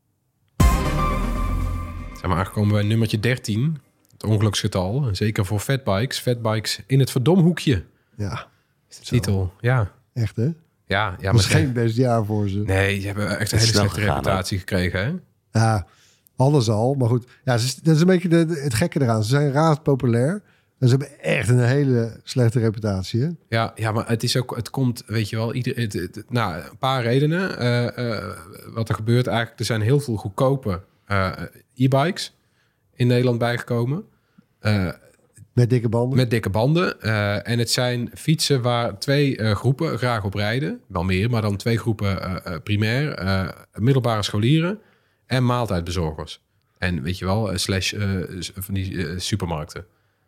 Zijn we aangekomen bij nummertje dertien. Het ongeluksgetal. En zeker voor fatbikes. Fatbikes in het verdomhoekje. Ja, Is de titel. Ja. echt hè? Ja, ja Dat maar is ze- geen best jaar voor ze. Nee, ze hebben echt een Het is hele snel slechte gegaan, reputatie gekregen. Hè? Ja, alles al. Maar goed, ja, ze, dat is een beetje de, de- het gekke eraan. Ze zijn razend populair. En ze hebben echt een hele slechte reputatie. Hè? Ja, ja, maar het is ook, het komt, weet je wel, ieder, het, het- nou, een paar redenen. Uh, uh, wat er gebeurt eigenlijk, er zijn heel veel goedkope uh, e-bikes in Nederland bijgekomen. Uh, Met dikke banden. met dikke banden. Uh, en het zijn fietsen waar twee uh, groepen graag op rijden. Wel meer, maar dan twee groepen uh, uh, primair. Uh, middelbare scholieren en maaltijdbezorgers. En weet je wel, uh, slash uh, van die uh, supermarkten.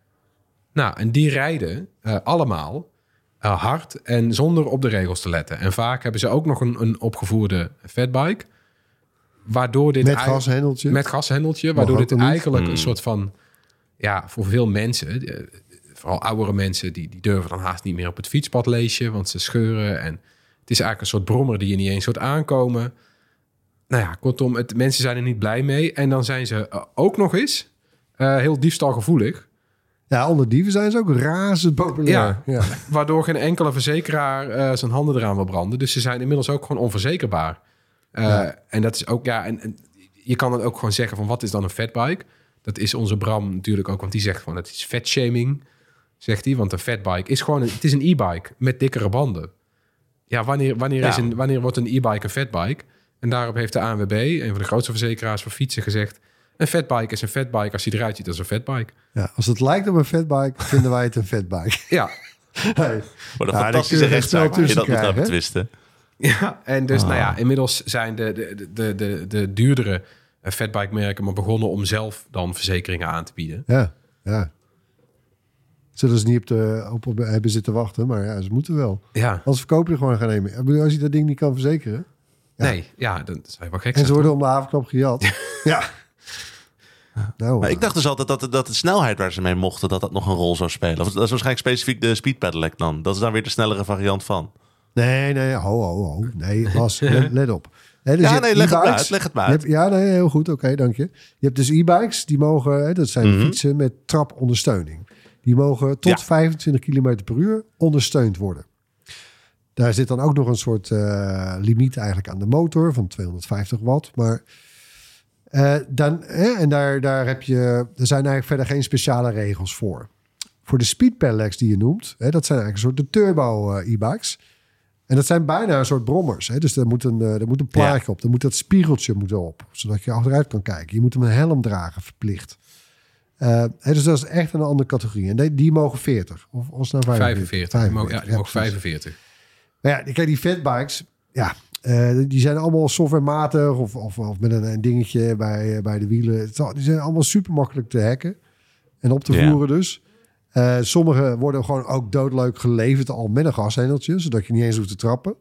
Nou, en die rijden uh, allemaal uh, hard en zonder op de regels te letten. En vaak hebben ze ook nog een, een opgevoerde fatbike. Waardoor dit Met eigenlijk- gashendeltje. Met gashendeltje, waardoor ook dit dan niet. eigenlijk Hmm. een soort van... Ja, voor veel mensen, eh, vooral oudere mensen... Die, die durven dan haast niet meer op het fietspad lezen... want ze scheuren en het is eigenlijk een soort brommer... die je niet eens soort aankomen. Nou ja, kortom, het, mensen zijn er niet blij mee. En dan zijn ze uh, ook nog eens uh, heel diefstalgevoelig... Ja, onder dieven zijn ze ook razend populair. Ja. Ja. Waardoor geen enkele verzekeraar uh, zijn handen eraan wil branden. Dus ze zijn inmiddels ook gewoon onverzekerbaar. Uh, Ja. En dat is ook, ja, en, en je kan het ook gewoon zeggen van wat is dan een fatbike? Dat is onze Bram natuurlijk ook, want die zegt van het is fatshaming, zegt hij. Want een fatbike is gewoon, een, het is een e-bike met dikkere banden. Ja, wanneer, wanneer, Ja. Is een, wanneer wordt een e-bike een fatbike? En daarop heeft de A N W B, een van de grootste verzekeraars voor fietsen, gezegd... een fatbike is een fatbike als hij eruit ziet als een fatbike. Ja, als het lijkt op een fatbike, vinden wij het een fatbike. Ja, Hey. Wat een Ja, fantastische daar kun je echt snel rechtszaak waar je dat moet tussen gaan krijgen, hè? betwisten. ja, en dus nou ja, inmiddels zijn de, de, de, de, de duurdere uh, fatbike-merken maar begonnen om zelf dan verzekeringen aan te bieden. Ja, ja. Zullen ze niet op de op, op hebben zitten wachten, maar ja, ze moeten wel. Ja, Anders verkopen je gewoon gaan nemen. Ik bedoel, als je dat ding niet kan verzekeren. Ja. nee, ja, dat zou je wel gek En zijn. ze worden om de havenknop gejat. Ja. Nou, Maar ik dacht dus altijd dat, dat de snelheid waar ze mee mochten... dat dat nog een rol zou spelen. Of dat is waarschijnlijk specifiek de speed pedelec dan. Dat is dan weer de snellere variant van. Nee, nee, ho, ho, ho. Nee, Bas, let, let op. He, dus ja, nee, leg het maar uit. Leg het maar uit. Hebt, ja, nee, heel goed. Oké, okay, dank je. Je hebt dus e-bikes, die mogen... Hè, dat zijn mm-hmm. fietsen met trapondersteuning. Die mogen tot ja. vijfentwintig kilometer per uur ondersteund worden. Daar zit dan ook nog een soort uh, limiet eigenlijk aan de motor van tweehonderdvijftig watt. Maar uh, dan, hè, en daar, daar heb je... Er zijn eigenlijk verder geen speciale regels voor. Voor de speed pedelecs die je noemt, hè, dat zijn eigenlijk een soort de turbo uh, e-bikes. En dat zijn bijna een soort brommers. Hè? Dus er moet een, uh, er moet een plaatje ja. op. Er moet dat spiegeltje moet op. Zodat je achteruit kan kijken. Je moet hem een helm dragen, verplicht. Uh, hè, dus dat is echt een andere categorie. En die, die mogen veertig. Of, of nou vijfenveertig? vijfenveertig. vijfenveertig. Ja, die ja, mogen vijfenveertig. Maar ja, kijk, die fatbikes... Ja, uh, die zijn allemaal softwarematig. Of, of, of met een, een dingetje bij, bij de wielen. Die zijn allemaal super makkelijk te hacken. En op te ja. voeren dus. Uh, sommige worden gewoon ook doodleuk geleverd al met een gashendeltje, zodat je niet eens hoeft te trappen.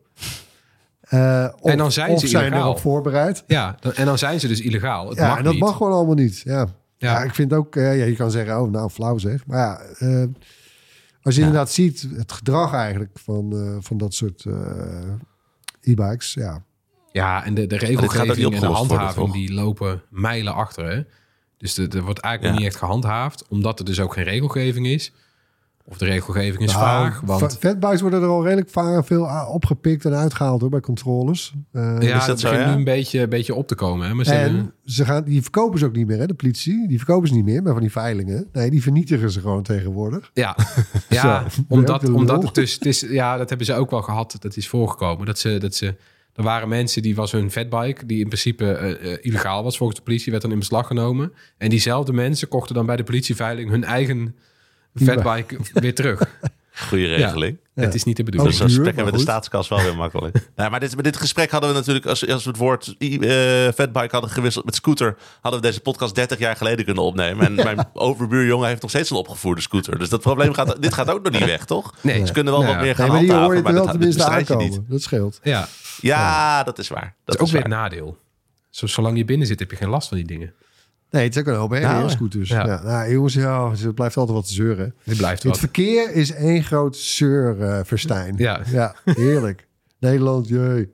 Uh, of, en dan zijn of ze zijn illegaal. erop voorbereid. Ja, dan, en dan zijn ze dus illegaal. Het ja, mag en dat niet. mag gewoon allemaal niet. Ja, ja. ja. ja ik vind ook, uh, ja, je kan zeggen, oh, nou, flauw zeg. Maar ja, uh, als je ja. inderdaad ziet het gedrag eigenlijk van, uh, van dat soort uh, e-bikes, ja. Ja, en de, de regelgeving en de handhaving, worden, die lopen mijlen achter, hè? Dus er wordt eigenlijk ja. nog niet echt gehandhaafd, omdat er dus ook geen regelgeving is. Of de regelgeving is nou, vaag. Want... Fatbikes worden er al redelijk vaak veel opgepikt en uitgehaald hoor, bij controles. Uh, ja, dus dat begint ja? nu een beetje, een beetje op te komen. Hè? Maar ze en hebben... ze gaan, die verkopen ze ook niet meer, hè, de politie. Die verkopen ze niet meer, maar van die veilingen. Nee, die vernietigen ze gewoon tegenwoordig. Ja, ja Zo, omdat, omdat het dus... Het is, ja, dat hebben ze ook wel gehad. Dat is voorgekomen. Dat ze... Dat ze Er waren mensen, die was hun fatbike, die in principe uh, uh, illegaal was volgens de politie, werd dan in beslag genomen. En diezelfde mensen kochten dan bij de politieveiling hun eigen fatbike weer terug. Goeie regeling. Ja, het is niet de bedoeling. Dus dan spreken we de staatskas wel weer makkelijk. nou, maar dit, met dit gesprek hadden we natuurlijk, als, als we het woord uh, fatbike hadden gewisseld met scooter, hadden we deze podcast dertig jaar geleden kunnen opnemen. En mijn overbuurjongen heeft nog steeds een opgevoerde scooter. Dus dat probleem gaat, dit gaat ook nog niet weg, toch? Nee. Ze kunnen wel nou, wat meer gaan nee, maar handhaven. Maar die hoor je wel tenminste aankomen. Niet. Dat scheelt. Ja, ja, ja. dat is waar. Dat, dat is ook weer een nadeel. Zo, zolang je binnen zit, heb je geen last van die dingen. Nee, het is ook een hoop nou, scooters. Ja. Ja. Nou, jongens, ja, het blijft altijd wat te zeuren. Het blijft Het wat. verkeer is één groot zeurverstijn. Uh, ja. ja, heerlijk. Nederland, jee.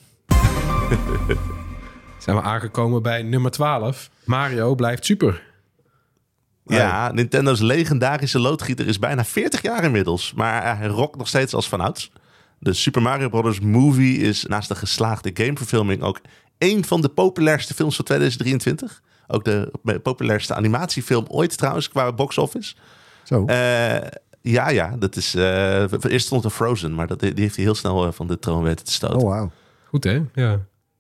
Zijn we aangekomen bij nummer twaalf. Mario blijft super. Ja, Nintendo's legendarische loodgieter is bijna veertig jaar inmiddels. Maar hij rokt nog steeds als vanouds. De Super Mario Bros. Movie is naast de geslaagde gameverfilming ook één van de populairste films van tweeduizend drieëntwintig. Ook de populairste animatiefilm ooit trouwens, qua box office. Zo. Uh, ja, ja, dat is... Uh, eerst stond er Frozen, maar dat, die heeft hij heel snel van de troon weten te stoten. Oh, wauw. Goed, hè? Ja.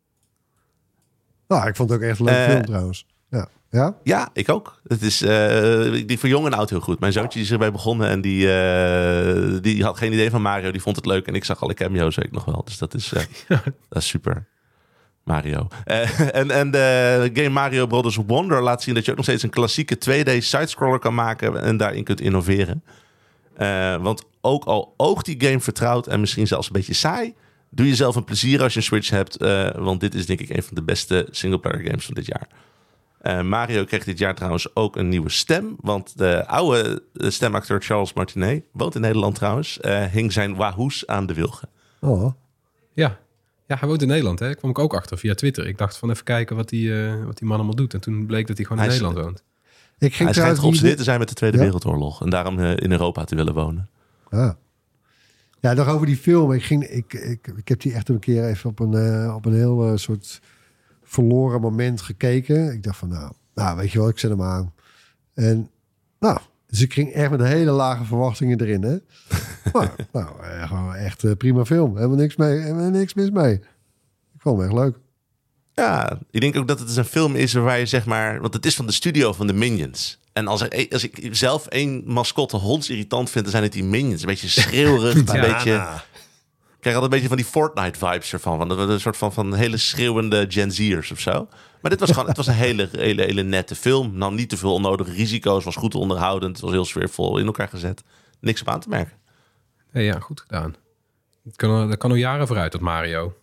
Nou, ik vond het ook echt een leuke uh, film trouwens. Ja. Ja? Ja, ik ook. Het is uh, die voor jong en oud heel goed. Mijn zoontje is erbij begonnen en die, uh, die had geen idee van Mario. Die vond het leuk en ik zag alle cameo's weet ik nog wel. Dus dat is, uh, ja. dat is super. Mario. Uh, en, en de game Mario Bros. Wonder laat zien dat je ook nog steeds een klassieke twee D sidescroller kan maken en daarin kunt innoveren. Uh, want ook al oogt die game vertrouwd en misschien zelfs een beetje saai, doe jezelf een plezier als je een Switch hebt. Uh, want dit is denk ik een van de beste singleplayer games van dit jaar. Uh, Mario kreeg dit jaar trouwens ook een nieuwe stem. Want de oude stemacteur Charles Martinet, woont in Nederland trouwens, uh, hing zijn wahoes aan de wilgen. Oh. Ja. Ja, hij woont in Nederland. Hè? Kwam ik ook achter via Twitter. Ik dacht van even kijken wat die, uh, wat die man allemaal doet. En toen bleek dat hij gewoon hij in is, Nederland woont. Ik ging hij schijnt geobsedeerd die... te zijn met de Tweede ja? Wereldoorlog. En daarom uh, in Europa te willen wonen. Ah. Ja, nog over die film. Ik, ging, ik, ik, ik heb die echt een keer even op een, uh, op een heel uh, soort verloren moment gekeken. Ik dacht van, nou, nou, weet je wel, ik zet hem aan. En nou, dus ik ging echt met hele lage verwachtingen erin, hè. Maar, nou, uh, gewoon echt uh, prima film. Helemaal niks mee, helemaal niks mis mee. Ik vond hem echt leuk. Ja, ik denk ook dat het een film is waar je zeg maar... Want het is van de studio van de Minions. En als, er, als ik zelf één mascotte hondsirritant vind, dan zijn het die Minions. Een beetje schreeuwerig, een ja, beetje... Nou. Ik krijg altijd een beetje van die Fortnite-vibes ervan. Van een soort van, van hele schreeuwende Gen Z'ers of zo. Maar dit was gewoon het was een hele, hele, hele nette film. Nam niet te veel onnodige risico's. Was goed onderhoudend. Het was heel sfeervol in elkaar gezet. Niks op aan te merken. Ja, ja goed gedaan. Dat kan, dat kan al jaren vooruit, dat Mario.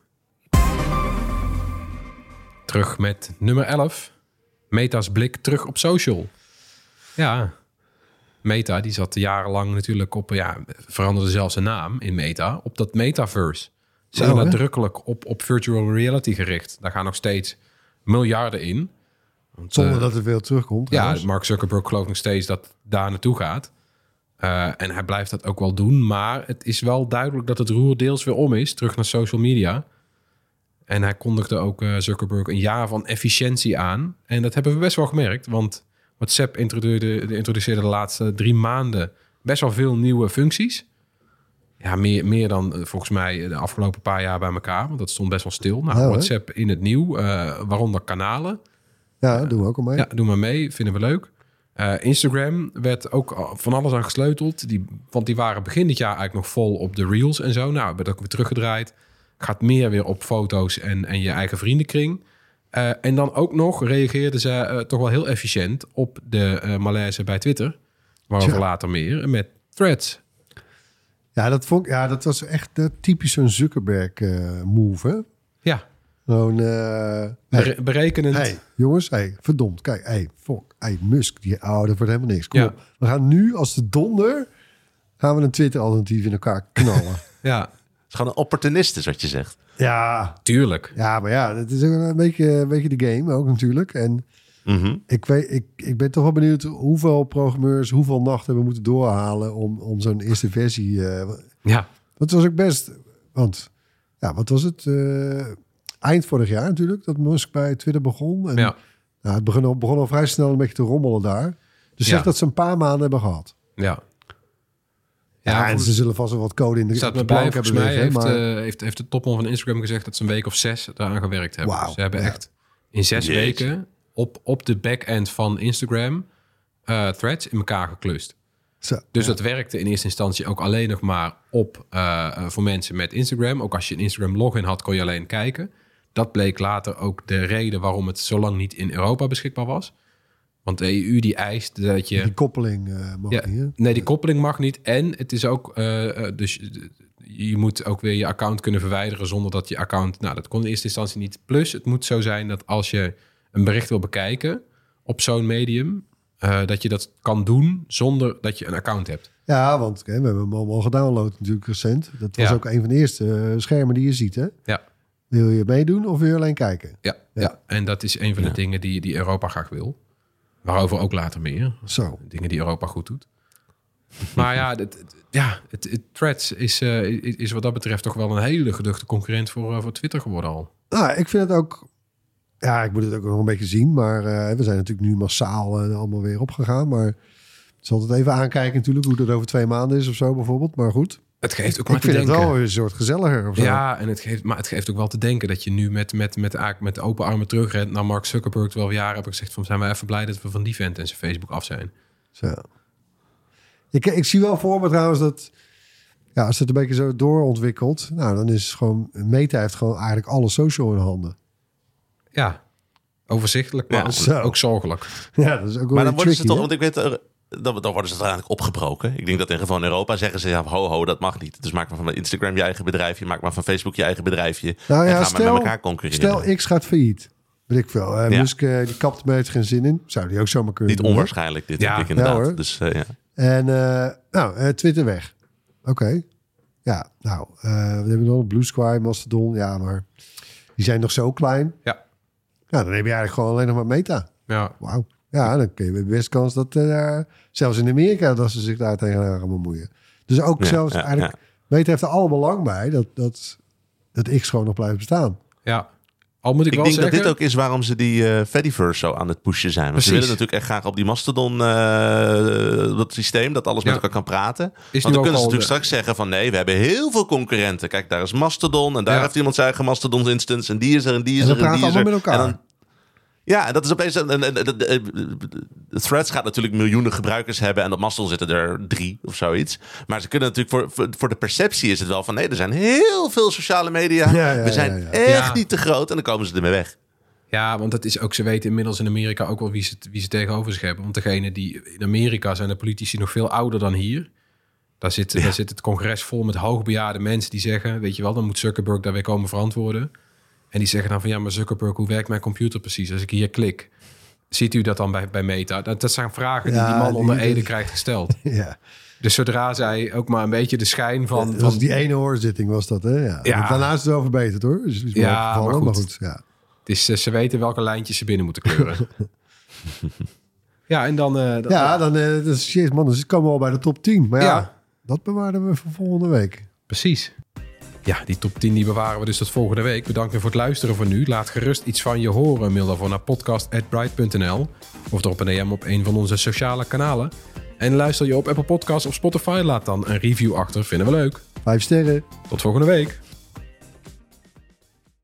Terug met nummer elf. Meta's blik terug op social. Ja. Meta, die zat jarenlang natuurlijk op... Ja, veranderde zelfs zijn naam in Meta. Op dat metaverse. Ze zijn Oh, hè? nadrukkelijk op, op virtual reality gericht. Daar gaan nog steeds miljarden in. Want, Zonder uh, dat er veel terugkomt. ja, trouwens. Mark Zuckerberg gelooft nog steeds dat daar naartoe gaat. Uh, en hij blijft dat ook wel doen. Maar het is wel duidelijk dat het roer deels weer om is. Terug naar social media. En hij kondigde ook uh, Zuckerberg een jaar van efficiëntie aan. En dat hebben we best wel gemerkt. Want WhatsApp introduceerde, introduceerde de laatste drie maanden best wel veel nieuwe functies. Ja, meer, meer dan uh, volgens mij de afgelopen paar jaar bij elkaar. Want dat stond best wel stil. Nou, Ja, hè? WhatsApp in het nieuw. Uh, waaronder kanalen. Ja, doen we ook al mee. Ja, doe maar mee. Vinden we leuk. Uh, Instagram werd ook van alles aan gesleuteld. Die, want die waren begin dit jaar eigenlijk nog vol op de Reels en zo. Nou, werd ook weer teruggedraaid. Gaat meer weer op foto's en, en je eigen vriendenkring. Uh, en dan ook nog reageerden ze uh, toch wel heel efficiënt op de uh, malaise bij Twitter. Waarover Tja. later meer. Met Threads. Ja, dat, vond, ik- ja, dat was echt uh, typisch een Zuckerberg-move, hè? Ja, Gewoon, uh, bere- berekenend. hey, jongens, hey, verdomd. Kijk, hey, fuck, hey, Musk, die, oh, dat wordt helemaal niks. Kom Ja. op. We gaan nu als de donder, gaan we een Twitter-alternatief in elkaar knallen. Ja, Het is gewoon een opportunist, is wat je zegt. ja, tuurlijk. ja, maar ja, het is ook een beetje, een beetje de game ook natuurlijk. En Mhm. ik, weet, ik, ik ben toch wel benieuwd hoeveel programmeurs, hoeveel nachten hebben moeten doorhalen om, om zo'n eerste versie. Uh, Ja, dat was ook best, want ja, wat was het? Uh, eind vorig jaar natuurlijk, dat Musk bij Twitter begon. En, ja, nou, het begon al, begon al vrij snel een beetje te rommelen daar. Dus Ja. zeg dat ze een paar maanden hebben gehad. ja. Ja, en volgens- ze zullen vast wel wat code in de, staat op me de bij. plank Volgens hebben mij liggen. heeft, maar eh, heeft, heeft de topman van Instagram gezegd dat ze een week of zes eraan gewerkt hebben. Wauw, Dus ze hebben ja. echt in zes Jeetje. weken op, op de back-end van Instagram uh, threads in elkaar geklust. zo, Dus ja. dat werkte in eerste instantie ook alleen nog maar op uh, uh, voor mensen met Instagram. Ook als je een Instagram login had, kon je alleen kijken. Dat bleek later ook de reden waarom het zo lang niet in Europa beschikbaar was. Want de E U die eist dat je... Die koppeling uh, mag Ja, niet, hè? nee, die koppeling mag niet. En het is ook... uh, uh, dus je moet ook weer je account kunnen verwijderen zonder dat je account... Nou, dat kon in eerste instantie niet. Plus, het moet zo zijn dat als je een bericht wil bekijken op zo'n medium... Uh, dat je dat kan doen zonder dat je een account hebt. Ja, want okay, we hebben hem allemaal gedownload natuurlijk recent. Dat was Ja. ook een van de eerste uh, schermen die je ziet, hè? Ja, Wil je meedoen of wil je alleen kijken? ja, ja. En dat is een van de dingen die, die Europa graag wil. Waarover ook later meer. Zo. Dingen die Europa goed doet. Maar ja, het, het- ja het, het Threads is, uh, is is wat dat betreft toch wel een hele geduchte concurrent voor, uh, voor Twitter geworden al. Nou, ik vind het ook... Ja, ik moet het ook nog een beetje zien. Maar uh, we zijn natuurlijk nu massaal uh, allemaal weer opgegaan. Maar ik zal het even aankijken natuurlijk hoe dat over twee maanden is of zo bijvoorbeeld. Maar goed, Het geeft ook ik maar te vind het denken. wel een soort gezelliger of zo. Ja, en het geeft, maar het geeft ook wel te denken dat je nu met, met, met, eigenlijk met open armen terugrent naar Mark Zuckerberg. Terwijl we jaren hebben gezegd van zijn we even blij dat we van die vent en zijn Facebook af zijn. Zo. Ik, ik zie wel voor me trouwens dat... Ja, als het een beetje zo doorontwikkelt... Nou, dan is het gewoon... Meta heeft gewoon eigenlijk alle social in handen. Ja, overzichtelijk, maar Ja, ook, zo. ook zorgelijk. Ja, dat is ook wel Maar dan weer worden ze tricky, toch, hè? want ik weet, er- dan, dan worden ze uiteindelijk opgebroken. Ik denk dat in geval in Europa zeggen ze, ja, ho, ho, dat mag niet. Dus maak maar van Instagram je eigen bedrijfje, maak maar van Facebook je eigen bedrijfje. Nou en ja, ga maar stel, met elkaar concurreren. stel X gaat failliet. Weet ik veel. Uh, Ja. Musk uh, die kapt er geen zin in. Zou die ook zomaar kunnen Niet doen, hè? onwaarschijnlijk dit, Ja. denk ik inderdaad. Ja, hoor. Dus uh, ja. En uh, nou, uh, Twitter weg. Oké. Ja, nou, uh, we hebben nog Blue Sky, Mastodon. Ja, maar die zijn nog zo klein. Ja. Nou, dan heb je eigenlijk gewoon alleen nog maar Meta. Ja, Wauw. Ja, dan kun je de best kans dat uh, zelfs in Amerika dat ze zich daar tegenaan gaan bemoeien. Dus ook Ja, zelfs ja, eigenlijk, Meta heeft er alle belang bij dat, dat, dat X gewoon nog blijft bestaan. ja. Al moet ik, Ik wel denk zeggen... dat dit ook is waarom ze die uh, Fediverse zo aan het pushen zijn. Want Precies. ze willen natuurlijk echt graag op die Mastodon, uh, dat systeem, dat alles Ja. met elkaar kan praten. Is Want nu dan ook kunnen ze al natuurlijk de- straks zeggen van nee, we hebben heel veel concurrenten. Kijk, daar is Mastodon en daar Ja. heeft iemand zijn eigen Mastodon instance en die is er en die is En er ze en die praten is er. allemaal met elkaar. En dan- ja, en dat is opeens... Een, een, een, een- een- een- Threads gaat natuurlijk miljoenen gebruikers hebben... en op Mastodon zitten er drie of zoiets. Maar ze kunnen natuurlijk... Voor, voor, voor de perceptie is het wel van... nee, er zijn heel veel sociale media. Ja, ja, we zijn ja, ja. echt Ja. niet te groot... en dan komen ze ermee weg. Ja, want het is ook, ze weten inmiddels in Amerika ook wel wie ze, wie ze tegenover zich hebben. Want degene die in Amerika zijn de politici nog veel ouder dan hier. Daar zit, daar zit het congres vol met hoogbejaarde mensen die zeggen, weet je wel, dan moet Zuckerberg daar weer komen verantwoorden. En die zeggen dan van ja, maar Zuckerberg, hoe werkt mijn computer precies als ik hier klik? ziet u dat dan bij, bij Meta? Dat, dat zijn vragen die Ja, die man die- onder die- Ede krijgt gesteld. Ja. Dus zodra zij ook maar een beetje de schijn van... Dat was van die ene hoorzitting was dat, hè? Ja. Ja. Daarna is het wel verbeterd, hoor. Dus het is Ja, wel opgevallen, maar maar goed. goed. Ja. het is, eh, ze weten welke lijntjes ze binnen moeten kleuren. ja, en dan... eh, dan Ja, dan, uh, dus, jeez, man, dus komen we al bij de top tien. Maar ja, Ja. dat bewaren we voor volgende week. Precies. Ja, die top tien die bewaren we dus tot volgende week. Bedankt voor het luisteren voor nu. Laat gerust iets van je horen. Mail daarvoor naar podcast at bright punt n l of drop een D M op een van onze sociale kanalen. En luister je op Apple Podcasts of Spotify, laat dan een review achter. Vinden we leuk. Vijf sterren. Tot volgende week.